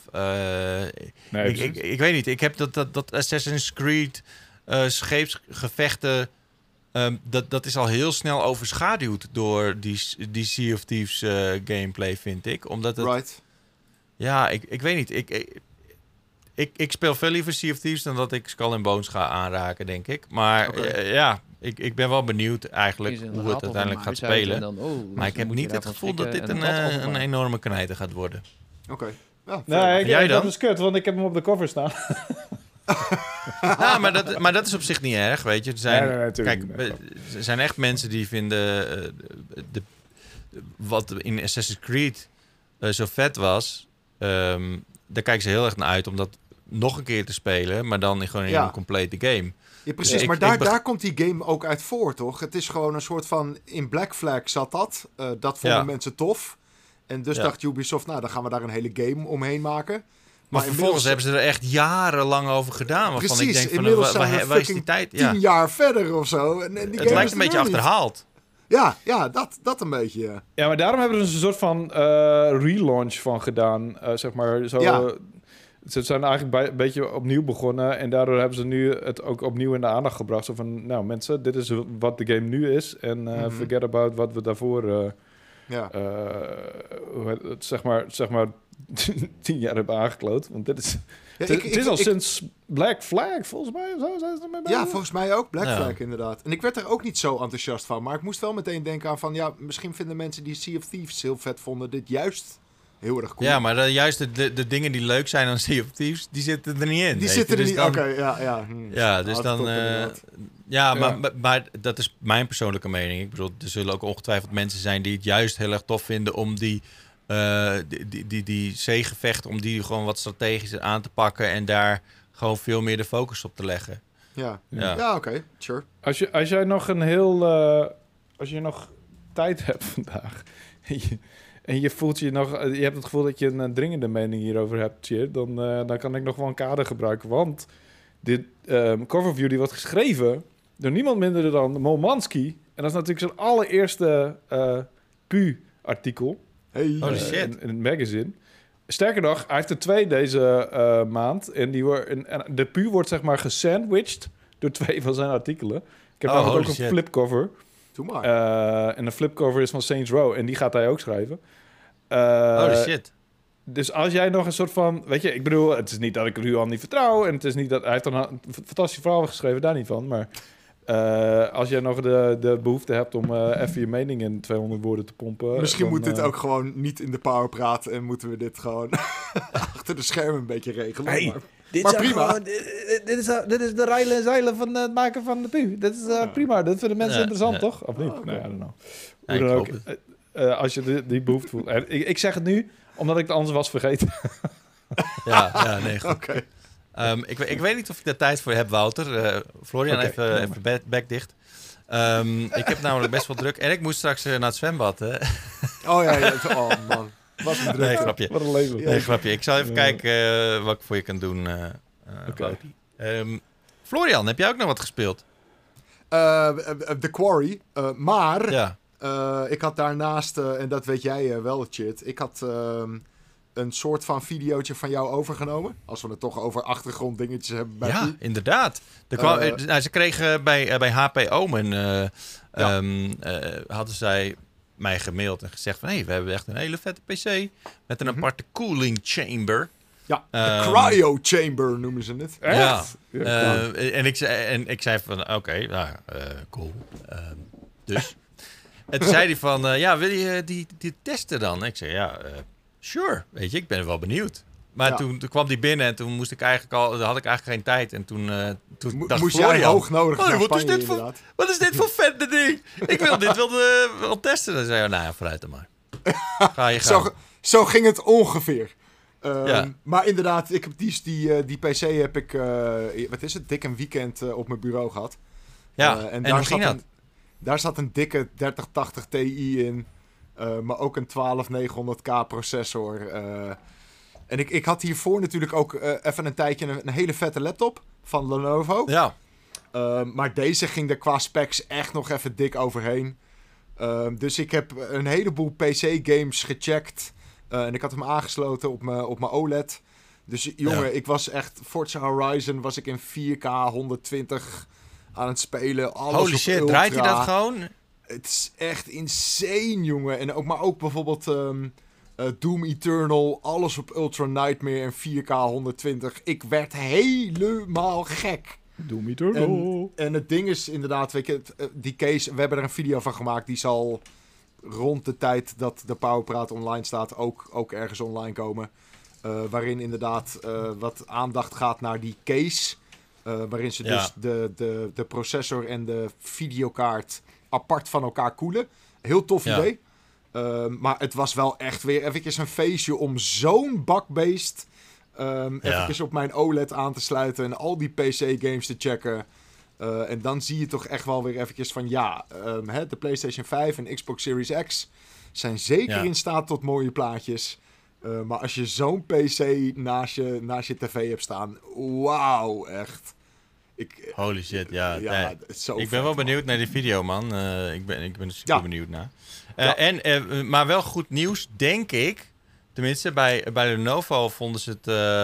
Ik weet niet. Ik heb dat Assassin's Creed scheepsgevechten... dat is al heel snel overschaduwd door die Sea of Thieves gameplay, vind ik. Omdat het... Right. Ja, ik weet niet. Ik speel veel liever Sea of Thieves dan dat ik Skull and Bones ga aanraken, denk ik. Maar ik ben wel benieuwd eigenlijk hoe het uiteindelijk gaat spelen. Dan, maar ik heb niet het gevoel dat dit een enorme knijter gaat worden. Oké. Ja, nee, dat is kut, want ik heb hem op de cover staan. Nou, maar dat is op zich niet erg, weet je. Er zijn echt mensen die vinden wat in Assassin's Creed zo vet was. Daar kijken ze heel erg naar uit om dat nog een keer te spelen, maar dan gewoon in een complete game. Ja, precies. Dus maar daar komt die game ook uit voor, toch? Het is gewoon een soort van... In Black Flag zat dat. Dat vonden mensen tof. En dus dacht Ubisoft, nou, dan gaan we daar een hele game omheen maken. Maar vervolgens hebben ze er echt jarenlang over gedaan. Precies, ik denk inmiddels zijn we die tijd? 10 jaar verder of zo. En die het lijkt een beetje achterhaald. Ja, dat een beetje. Ja, maar daarom hebben we er een soort van relaunch van gedaan. Zeg maar, zo... Ja. Ze zijn eigenlijk een beetje opnieuw begonnen. En daardoor hebben ze nu het ook opnieuw in de aandacht gebracht. Zo van, nou mensen, dit is wat de game nu is. En forget about wat we daarvoor... zeg maar 10 jaar hebben aangekloot. Want dit is... het is al sinds Black Flag, volgens mij. Zo zijn ze ermee bezig. Ja, volgens mij ook. Black Flag, inderdaad. En ik werd er ook niet zo enthousiast van. Maar ik moest wel meteen denken aan van... Ja, misschien vinden mensen die Sea of Thieves heel vet vonden... dit juist heel erg cool. Ja, maar juist de dingen die leuk zijn aan Sea of Thieves... die zitten er niet in. Die zitten er niet... Oké, Ja, dus dan... Maar dat is mijn persoonlijke mening. Ik bedoel, er zullen ook ongetwijfeld mensen zijn... die het juist heel erg tof vinden om die zeegevechten... om die gewoon wat strategischer aan te pakken... en daar gewoon veel meer de focus op te leggen. Ja, oké. Sure. Als jij nog een heel... als je nog tijd hebt vandaag... en je voelt je nog... Je hebt het gevoel dat je een dringende mening hierover hebt, Chir, dan kan ik nog wel een kader gebruiken. Want dit coverview die wordt geschreven door niemand minder dan Molmansky. En dat is natuurlijk zijn allereerste PU-artikel. Holy shit. In het magazine. Sterker nog, hij heeft er 2 deze maand. En de PU wordt zeg maar gesandwiched door 2 van zijn artikelen. Ik heb ook een flipcover. Doe maar. En de flipcover is van Saints Row. En die gaat hij ook schrijven. Holy shit. Dus als jij nog een soort van... Weet je, ik bedoel, het is niet dat ik Ruan niet vertrouw. En het is niet dat... Hij heeft dan een fantastisch verhaal geschreven, daar niet van. Maar Als jij nog de behoefte hebt om even je mening in 200 woorden te pompen... Misschien moet dit ook gewoon niet in de power praten en moeten we dit gewoon achter de schermen een beetje regelen. Hey, maar prima. Gewoon, dit is de rijlen en zeilen van het maken van de pu. Dit is prima. Dat vinden mensen interessant, toch? Of niet? Okay. Nee, I don't know. Hoe dan ook, als je die behoefte voelt. Ik zeg het nu, omdat ik het anders was vergeten. Nee, goed. Okay. Ik weet niet of ik daar tijd voor heb, Wouter. Florian, even bek dicht. Ik heb namelijk best wel druk. En ik moet straks naar het zwembad. Hè? Oh man. Wat een druk. Nee, grapje. Wat een leven. Nee, grapje. Ik zal even kijken wat ik voor je kan doen. Florian, heb jij ook nog wat gespeeld? The Quarry. Maar Ja. ik had daarnaast, en dat weet jij wel, Chit. Ik had een soort van videootje van jou overgenomen. Als we het toch over achtergronddingetjes hebben bij Ja, inderdaad. Ze kregen bij HP Omen... hadden zij mij gemaild en gezegd van... we hebben echt een hele vette PC... met een aparte cooling chamber. Ja, de cryo chamber noemen ze het. Echt? Ja. En ik zei van... Oké, cool. Dus... En toen zei hij van... wil je die testen dan? Ik zei, sure. Weet je, ik ben wel benieuwd. Maar toen kwam die binnen en toen moest ik eigenlijk had ik eigenlijk geen tijd. En toen dacht moest Florian, jij hoog nodig naar Spanje, wat is dit voor vette ding? Ik wil dit wel testen. Dan zei hij, vooruit dan maar. Ga je gaan. Zo ging het ongeveer. Maar inderdaad, ik heb die PC heb ik, dik een weekend op mijn bureau gehad. Ja, en hoe ging dat? Daar zat een dikke 3080 Ti in. Maar ook een 12900K processor. En ik had hiervoor natuurlijk ook even een tijdje een hele vette laptop van Lenovo. Ja. Maar deze ging er qua specs echt nog even dik overheen. Dus ik heb een heleboel PC-games gecheckt. En ik had hem aangesloten op mijn OLED. Dus jongen, ik was echt... Forza Horizon was ik in 4K 120 aan het spelen. Alles holy shit, ultra. draait hij dat gewoon? Het is echt insane, jongen. Maar ook bijvoorbeeld Doom Eternal. Alles op Ultra Nightmare en 4K 120. Ik werd helemaal gek. Doom Eternal. En het ding is inderdaad, weet je, die case... We hebben er een video van gemaakt. Die zal rond de tijd dat de Powerpraat online staat... ook ergens online komen. Waarin inderdaad wat aandacht gaat naar die case... waarin ze dus de processor en de videokaart apart van elkaar koelen. Heel tof idee. Maar het was wel echt weer eventjes een feestje om zo'n bakbeest eventjes op mijn OLED aan te sluiten en al die PC-games te checken. En dan zie je toch echt wel weer eventjes van de PlayStation 5 en Xbox Series X zijn zeker in staat tot mooie plaatjes. Maar als je zo'n PC naast je tv hebt staan, wauw, echt. Holy shit, ja. Zo ik ben wel benieuwd naar die video, man. Ik ben er super benieuwd naar. Maar wel goed nieuws, denk ik. Tenminste, bij Lenovo vonden ze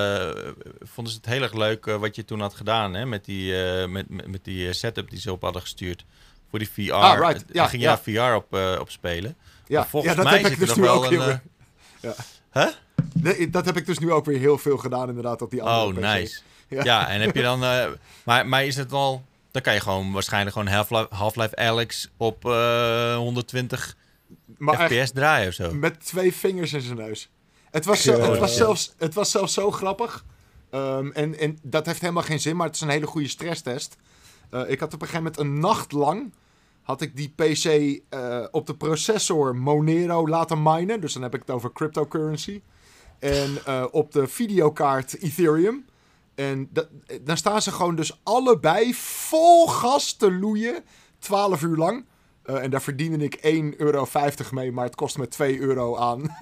het heel erg leuk wat je toen had gedaan. Hè? Met die setup die ze op hadden gestuurd. Voor die VR. Right. Daar ging je VR op spelen. Ja, volgens dat mij heb ik dus nu ook weer. Huh? Nee, dat heb ik dus nu ook weer heel veel gedaan, inderdaad, op die andere PC. Nice. Ja, en heb je dan... maar is het wel... Dan kan je gewoon waarschijnlijk gewoon Half-Life Alyx op 120 FPS draaien of zo. Met 2 vingers in zijn neus. Het was zelfs zo grappig. En dat heeft helemaal geen zin, maar het is een hele goede stresstest. Ik had op een gegeven moment een nacht lang... had ik die PC op de processor Monero laten minen. Dus dan heb ik het over cryptocurrency. En op de videokaart Ethereum. En dan staan ze gewoon dus allebei vol gas te loeien. 12 uur lang. En daar verdiende ik €1,50 mee. Maar het kost me €2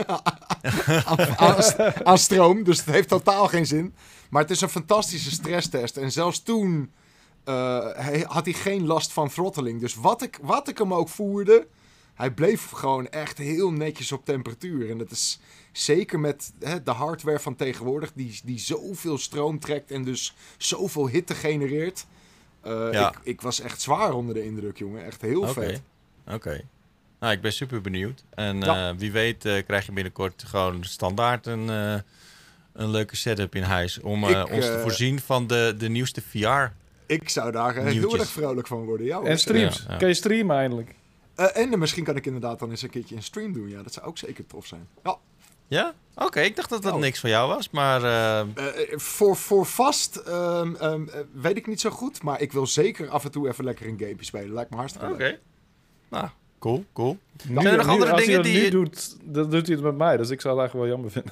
aan stroom. Dus het heeft totaal geen zin. Maar het is een fantastische stresstest. En zelfs toen had hij geen last van throttling. Dus wat ik hem ook voerde... Hij bleef gewoon echt heel netjes op temperatuur. En dat is zeker met de hardware van tegenwoordig... die zoveel stroom trekt en dus zoveel hitte genereert. Ik was echt zwaar onder de indruk, jongen. Echt heel vet. Oké. Nou, ik ben super benieuwd. En wie weet krijg je binnenkort gewoon standaard een leuke setup in huis... om ons te voorzien van de nieuwste VR. Ik zou daar heel erg vrolijk van worden. Ja, en streams. Ja. Kan je streamen eindelijk? En misschien kan ik inderdaad dan eens een keertje een stream doen. Ja, dat zou ook zeker tof zijn. Ja? Oké, ik dacht dat dat niks voor jou was, maar... Voor vast weet ik niet zo goed, maar ik wil zeker af en toe even lekker een gamepje spelen. Lijkt me hartstikke leuk. Nou, cool. Zijn er nog andere dingen die je doet? Dan doet hij het met mij, dus ik zou het eigenlijk wel jammer vinden.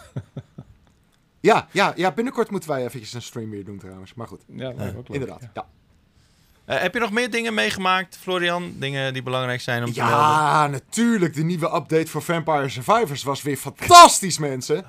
Ja, binnenkort moeten wij eventjes een stream weer doen trouwens. Maar goed, ja, ook leuk, inderdaad. Ja. Heb je nog meer dingen meegemaakt, Florian? Dingen die belangrijk zijn om te melden? Ja, natuurlijk. De nieuwe update voor Vampire Survivors was weer fantastisch, mensen.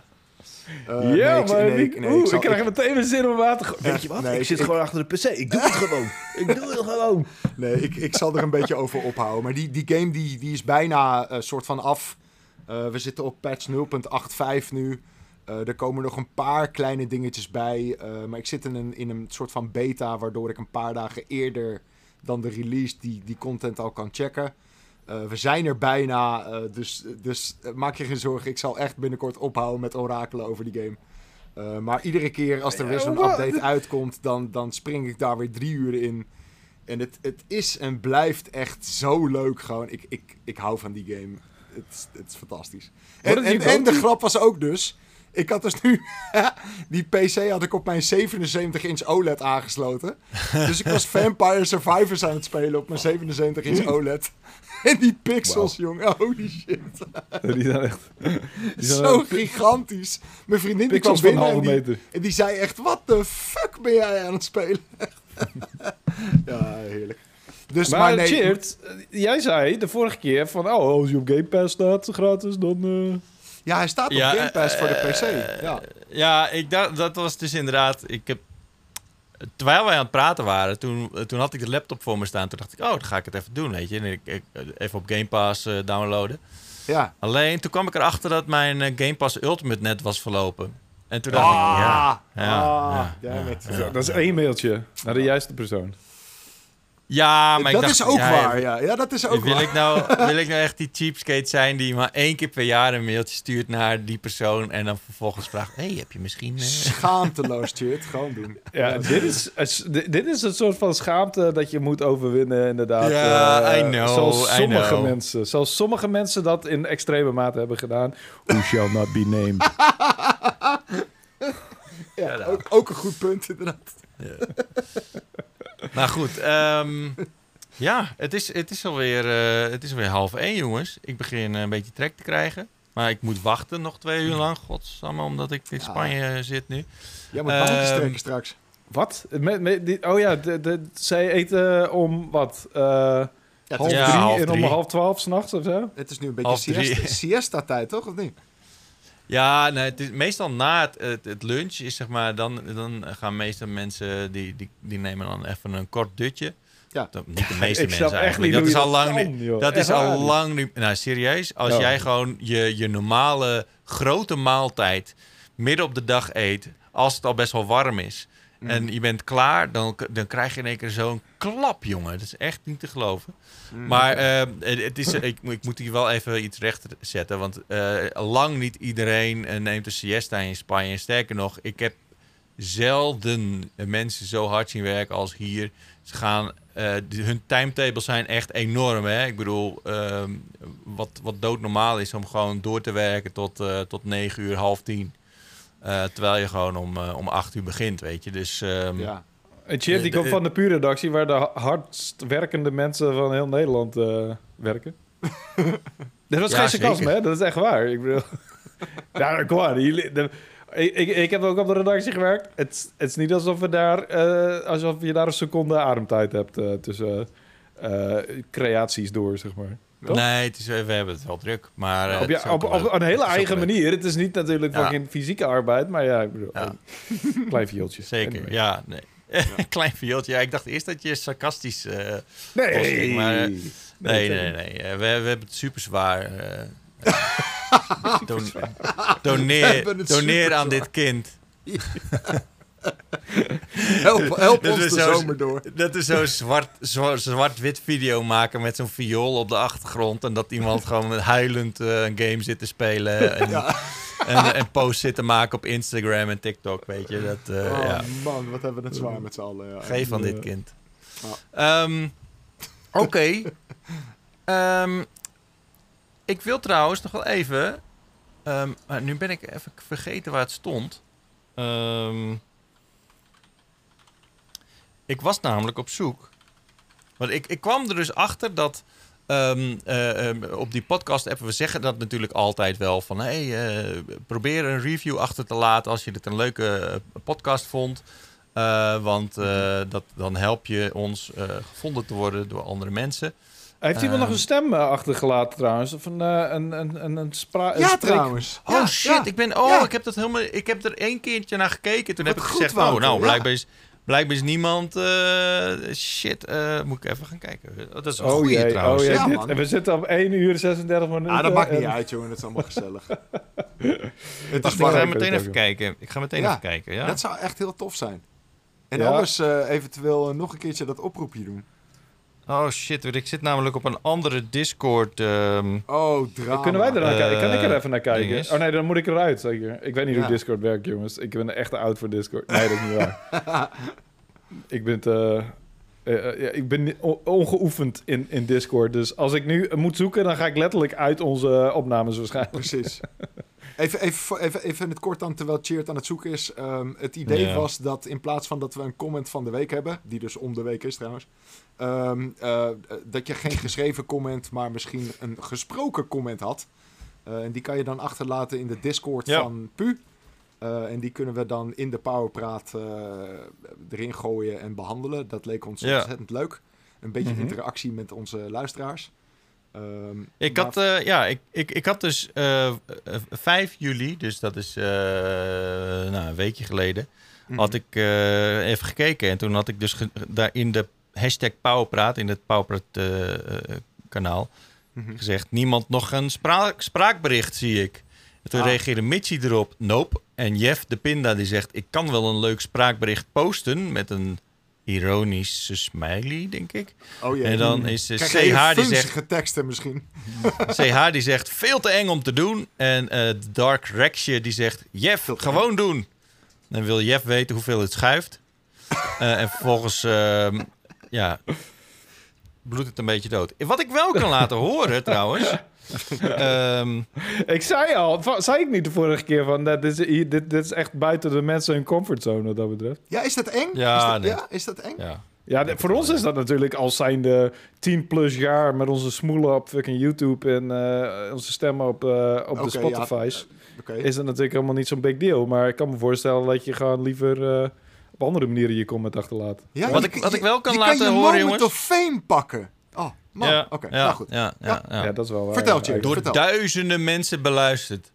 Ik krijg meteen een zin om water. Weet je wat? Ik zit gewoon achter de PC. Ik doe het gewoon. Nee, ik zal er een beetje over ophouden. Maar die game die is bijna soort van af. We zitten op patch 0.85 nu. Er komen nog een paar kleine dingetjes bij. Maar ik zit in een soort van beta, waardoor ik een paar dagen eerder dan de release die content al kan checken. We zijn er bijna, dus maak je geen zorgen. Ik zal echt binnenkort ophouden met orakelen over die game. Maar iedere keer als er weer zo'n update uitkomt, dan spring ik daar weer 3 uur in. En het is en blijft echt zo leuk gewoon. Ik hou van die game. Het is fantastisch. En de grap was ook dus... Ik had dus nu... die PC had ik op mijn 77-inch OLED aangesloten. Dus ik was Vampire Survivors aan het spelen op mijn 77-inch OLED. En die pixels, jongen. Holy shit. Die zijn echt... Zo gigantisch. Mijn vriendin die kwam binnen en die zei echt... What the fuck ben jij aan het spelen? Ja, heerlijk. Dus, maar nee, Cheert, jij zei de vorige keer van... als je op Game Pass staat gratis, dan... Ja, hij staat op Game Pass voor de PC. Ja, dat was dus inderdaad... Terwijl wij aan het praten waren, toen had ik de laptop voor me staan. Toen dacht ik, dan ga ik het even doen, weet je. En ik even op Game Pass downloaden. Ja. Alleen, toen kwam ik erachter dat mijn Game Pass Ultimate net was verlopen. En toen dacht ik, dat is 1 mailtje naar de juiste persoon. Ja, maar dat is ook waar. Ja, dat is ook waar. Wil ik nou echt die cheapskate zijn die maar 1 keer per jaar een mailtje stuurt naar die persoon en dan vervolgens vraagt, heb je misschien... Schaamteloos, Cheert. Gewoon doen. Ja, dit is een soort van schaamte dat je moet overwinnen, inderdaad. Ja, I know. Zoals sommige mensen dat in extreme mate hebben gedaan. Who shall not be named. Ook een goed punt, inderdaad. Ja. Nou goed, het is alweer 12:30, jongens. Ik begin een beetje trek te krijgen. Maar ik moet wachten nog 2 uur lang, godsamme, omdat ik in Spanje zit nu. Jij moet bandjes trekken straks. Wat? Zij eten om wat? 1:30 en om 11:30 s'nachts of zo? Het is nu een beetje siesta-tijd, toch? Of niet? Ja, nee, het is meestal na het lunch is zeg maar, dan gaan meestal mensen die nemen dan even een kort dutje. Ja. Niet de meeste mensen eigenlijk. Dat is al lang nu. Nou, serieus, als jij gewoon je normale grote maaltijd midden op de dag eet, als het al best wel warm is en je bent klaar, dan krijg je in één keer zo'n klap, jongen. Dat is echt niet te geloven. Maar het is, ik moet hier wel even iets recht zetten, want lang niet iedereen neemt een siesta in Spanje. Sterker nog, ik heb zelden mensen zo hard zien werken als hier. Ze gaan, hun timetables zijn echt enorm. Hè? Ik bedoel, wat doodnormaal is om gewoon door te werken tot 9 uur, 9:30. Terwijl je gewoon om 8 uur begint, weet je. Dus, ja. En Chip, die komt van de PURE-redactie, waar de hardst werkende mensen van heel Nederland werken. Dat was geen sarcasme, hè? Dat is echt waar. Ik bedoel... Ja, kom aan. Ik heb ook op de redactie gewerkt. Het is niet alsof je daar een seconde ademtijd hebt tussen creaties door, zeg maar. Toch? Nee, we hebben het wel druk. Maar, op een hele eigen manier. Het is niet natuurlijk geen fysieke arbeid, maar ja, ik bedoel, klein viooltje. Zeker, anyway. Ja, nee. Klein viooltje. Ja, ik dacht eerst dat je sarcastisch nee. Maar nee. We hebben het super zwaar. Doneer aan dit kind. Help ons de zomer door. Dat is zo'n zwart-wit video maken met zo'n viool op de achtergrond. En dat iemand gewoon huilend een game zit te spelen. En en posts zitten maken op Instagram en TikTok, weet je. Dat, man, wat hebben we het zwaar met z'n allen. Ja. Geef van dit kind. Oké. Ik wil trouwens nog wel even... maar nu ben ik even vergeten waar het stond. Ik was namelijk op zoek. Want ik kwam er dus achter dat... op die podcast-app, we zeggen dat natuurlijk altijd wel van... probeer een review achter te laten als je dit een leuke podcast vond. Want dan help je ons gevonden te worden door andere mensen. Heeft iemand nog een stem achtergelaten trouwens? Of een trouwens. Oh shit, ik heb er 1 keertje naar gekeken. Toen heb ik gezegd, blijkbaar is niemand... moet ik even gaan kijken. Dat is een goeie trouwens. En we zitten op 1 uur 36 minuten. Dat maakt niet uit, jongen. Dat is allemaal gezellig. Ik ga meteen even kijken. Ja? Dat zou echt heel tof zijn. En anders eventueel nog een keertje dat oproepje doen. Oh shit, ik zit namelijk op een andere Discord. Drama. Kunnen wij er naar kijken? Kan ik er even naar kijken? Oh nee, dan moet ik eruit. Zeker. Ik weet niet hoe Discord werkt, jongens. Ik ben echt oud voor Discord. Nee, dat is niet waar. Ik ben ongeoefend in Discord. Dus als ik nu moet zoeken, dan ga ik letterlijk uit onze opnames waarschijnlijk. Precies. Even in het kort dan, terwijl Cheert aan het zoeken is. Het idee was dat in plaats van dat we een comment van de week hebben... die dus om de week is trouwens... dat je geen geschreven comment, maar misschien een gesproken comment had. En die kan je dan achterlaten in de Discord van Pu. En die kunnen we dan in de Powerpraat erin gooien en behandelen. Dat leek ons ontzettend leuk. Een beetje interactie met onze luisteraars. Ik had dus 5 juli, dus dat is een weekje geleden, had ik even gekeken. En toen had ik dus daar in de hashtag Powerpraat, in het Powerpraat kanaal, gezegd, niemand nog een spraakbericht, zie ik. En toen reageerde Mitchie erop, nope. En Jeff de Pinda die zegt, ik kan wel een leuk spraakbericht posten met een ironische smiley, denk ik. Oh, en dan is CH die zegt... teksten misschien. CH die zegt, veel te eng om te doen. En Dark Rexje die zegt, Jeff, gewoon doen. Dan wil Jeff weten hoeveel het schuift. En vervolgens... bloedt het een beetje dood. Wat ik wel kan laten horen, trouwens... Ik zei al, zei ik niet de vorige keer van... Dit is echt buiten de mensen hun comfortzone wat dat betreft. Ja, is dat eng? Is dat eng? Ja, voor ons is dat natuurlijk als zijnde 10 plus jaar... met onze smoelen op fucking YouTube en onze stemmen op de Spotify's. Is dat natuurlijk helemaal niet zo'n big deal. Maar ik kan me voorstellen dat je gewoon liever... op andere manieren je comment achterlaat. Ja, wat ik wel kan laten horen, jongens... Je kan je moment of fame pakken. Oh, man. Oké, nou goed. Ja, dat is wel waar. Vertel je. Door duizenden mensen beluisterd.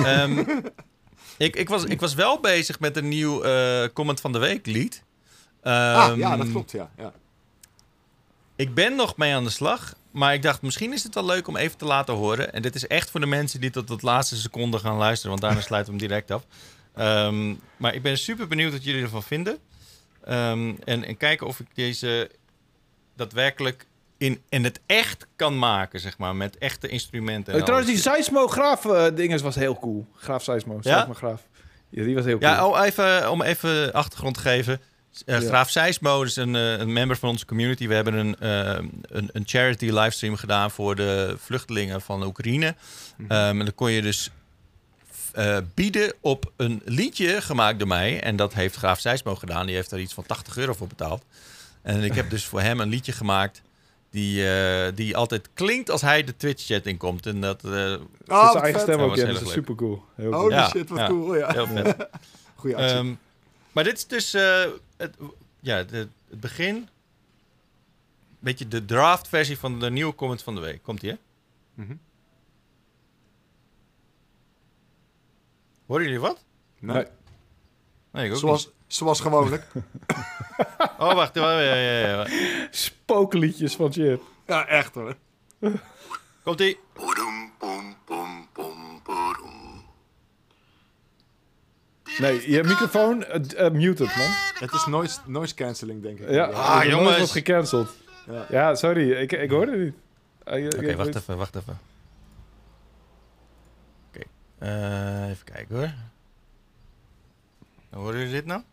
Ik was wel bezig met een nieuw comment van de week lied. Ja, dat klopt, ja. Ik ben nog mee aan de slag. Maar ik dacht, misschien is het wel leuk om even te laten horen. En dit is echt voor de mensen die tot de laatste seconde gaan luisteren. Want daarna sluiten we hem direct af. Maar ik ben super benieuwd wat jullie ervan vinden. En kijken of ik deze daadwerkelijk in het echt kan maken, zeg maar. Met echte instrumenten. Trouwens, die seismograaf dinges was heel cool. Graaf Seismo, seismograaf. Ja, die was heel cool. Ja, om even achtergrond te geven. Graaf Seismo is een member van onze community. We hebben een charity livestream gedaan voor de vluchtelingen van Oekraïne. En dan kon je dus bieden op een liedje gemaakt door mij. En dat heeft Graaf Seismo gedaan. Die heeft daar iets van €80 voor betaald. En ik heb dus voor hem een liedje gemaakt die altijd klinkt als hij de Twitch-chat inkomt. En dat... zijn eigen stem ook, dat is super cool. Holy shit, wat cool. Ja. Heel vet. Goeie actie. Maar dit is dus het begin. Beetje de draft-versie van de nieuwe comment van de week. Komt-ie, hè? Horen jullie wat? Nee, ik ook niet. Zoals gewoonlijk. Oh, wacht. Ja. Spookliedjes van Chip. Ja, echt hoor. Komt-ie. Nee, je microfoon muted, man. Het is noise cancelling, denk ik. Ja, jongens. wordt gecanceld. Ja, sorry. Ik hoorde het niet. Oké, wacht even. Oké. Even kijken hoor. Horen jullie dit nou?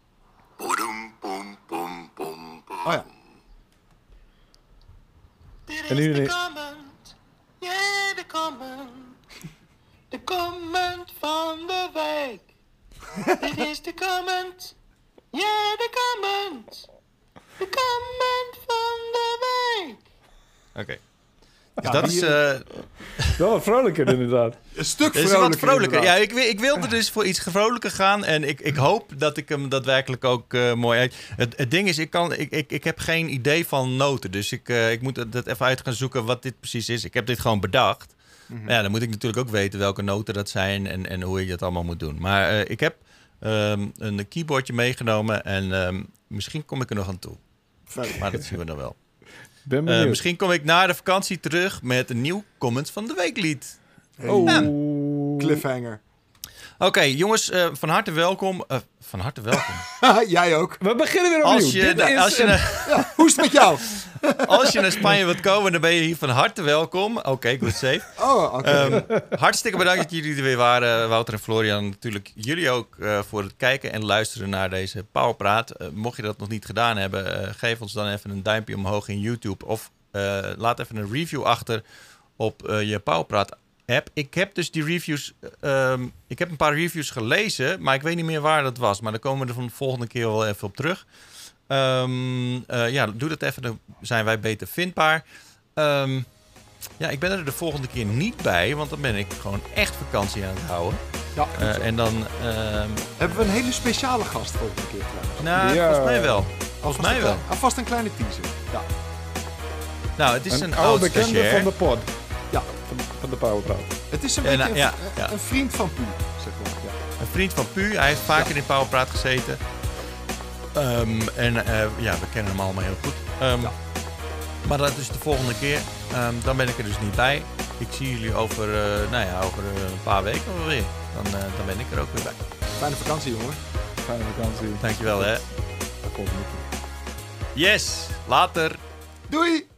Oh ja. En nu de comment. Ja, de comment. De comment van de week. Dit is de comment. Ja, de comment. De comment van de week. Oké. Dus dat is... Wel vrolijker inderdaad. Een stuk is vrolijker. wat vrolijker. Ja, ik wilde dus voor iets vrolijker gaan. En ik hoop dat ik hem daadwerkelijk ook mooi uit... Het ding is, ik heb geen idee van noten. Dus ik moet dat even uit gaan zoeken wat dit precies is. Ik heb dit gewoon bedacht. Maar ja, dan moet ik natuurlijk ook weten welke noten dat zijn... en hoe je dat allemaal moet doen. Maar ik heb een keyboardje meegenomen... en misschien kom ik er nog aan toe. Maar dat zien we dan wel. Ben benieuwd. Misschien kom ik na de vakantie terug met een nieuw Comment van de Week lied. Cliffhanger. Oké, jongens, van harte welkom. Van harte welkom. Jij ook. We beginnen weer opnieuw. Hoe is het met jou? Als je naar Spanje wilt komen, dan ben je hier van harte welkom. Oké, good safe. Hartstikke bedankt dat jullie er weer waren, Wouter en Florian. Natuurlijk jullie ook voor het kijken en luisteren naar deze Powerpraat. Mocht je dat nog niet gedaan hebben, geef ons dan even een duimpje omhoog in YouTube. Of laat even een review achter op je Powerpraat app. Ik heb dus die reviews... ik heb een paar reviews gelezen, maar ik weet niet meer waar dat was. Maar daar komen we er van de volgende keer wel even op terug. Doe dat even, dan zijn wij beter vindbaar. Ik ben er de volgende keer niet bij, want dan ben ik gewoon echt vakantie aan het houden. Ja, en dan... hebben we een hele speciale gast volgende keer trouwens? Nou, volgens mij wel. Volgens mij wel. Alvast een kleine teaser. Ja. Nou, het is een oude bekende stagiair van de pod. Ja. Van de Powerpraat. Het is een beetje een vriend van Pu, zeg maar. Ja. Een vriend van Pu. Hij heeft vaker in Powerpraat gezeten. We kennen hem allemaal heel goed. Maar dat is de volgende keer. Dan ben ik er dus niet bij. Ik zie jullie over een paar weken alweer. Dan ben ik er ook weer bij. Fijne vakantie, jongen. Fijne vakantie. Dankjewel, hè. Yes, later. Doei!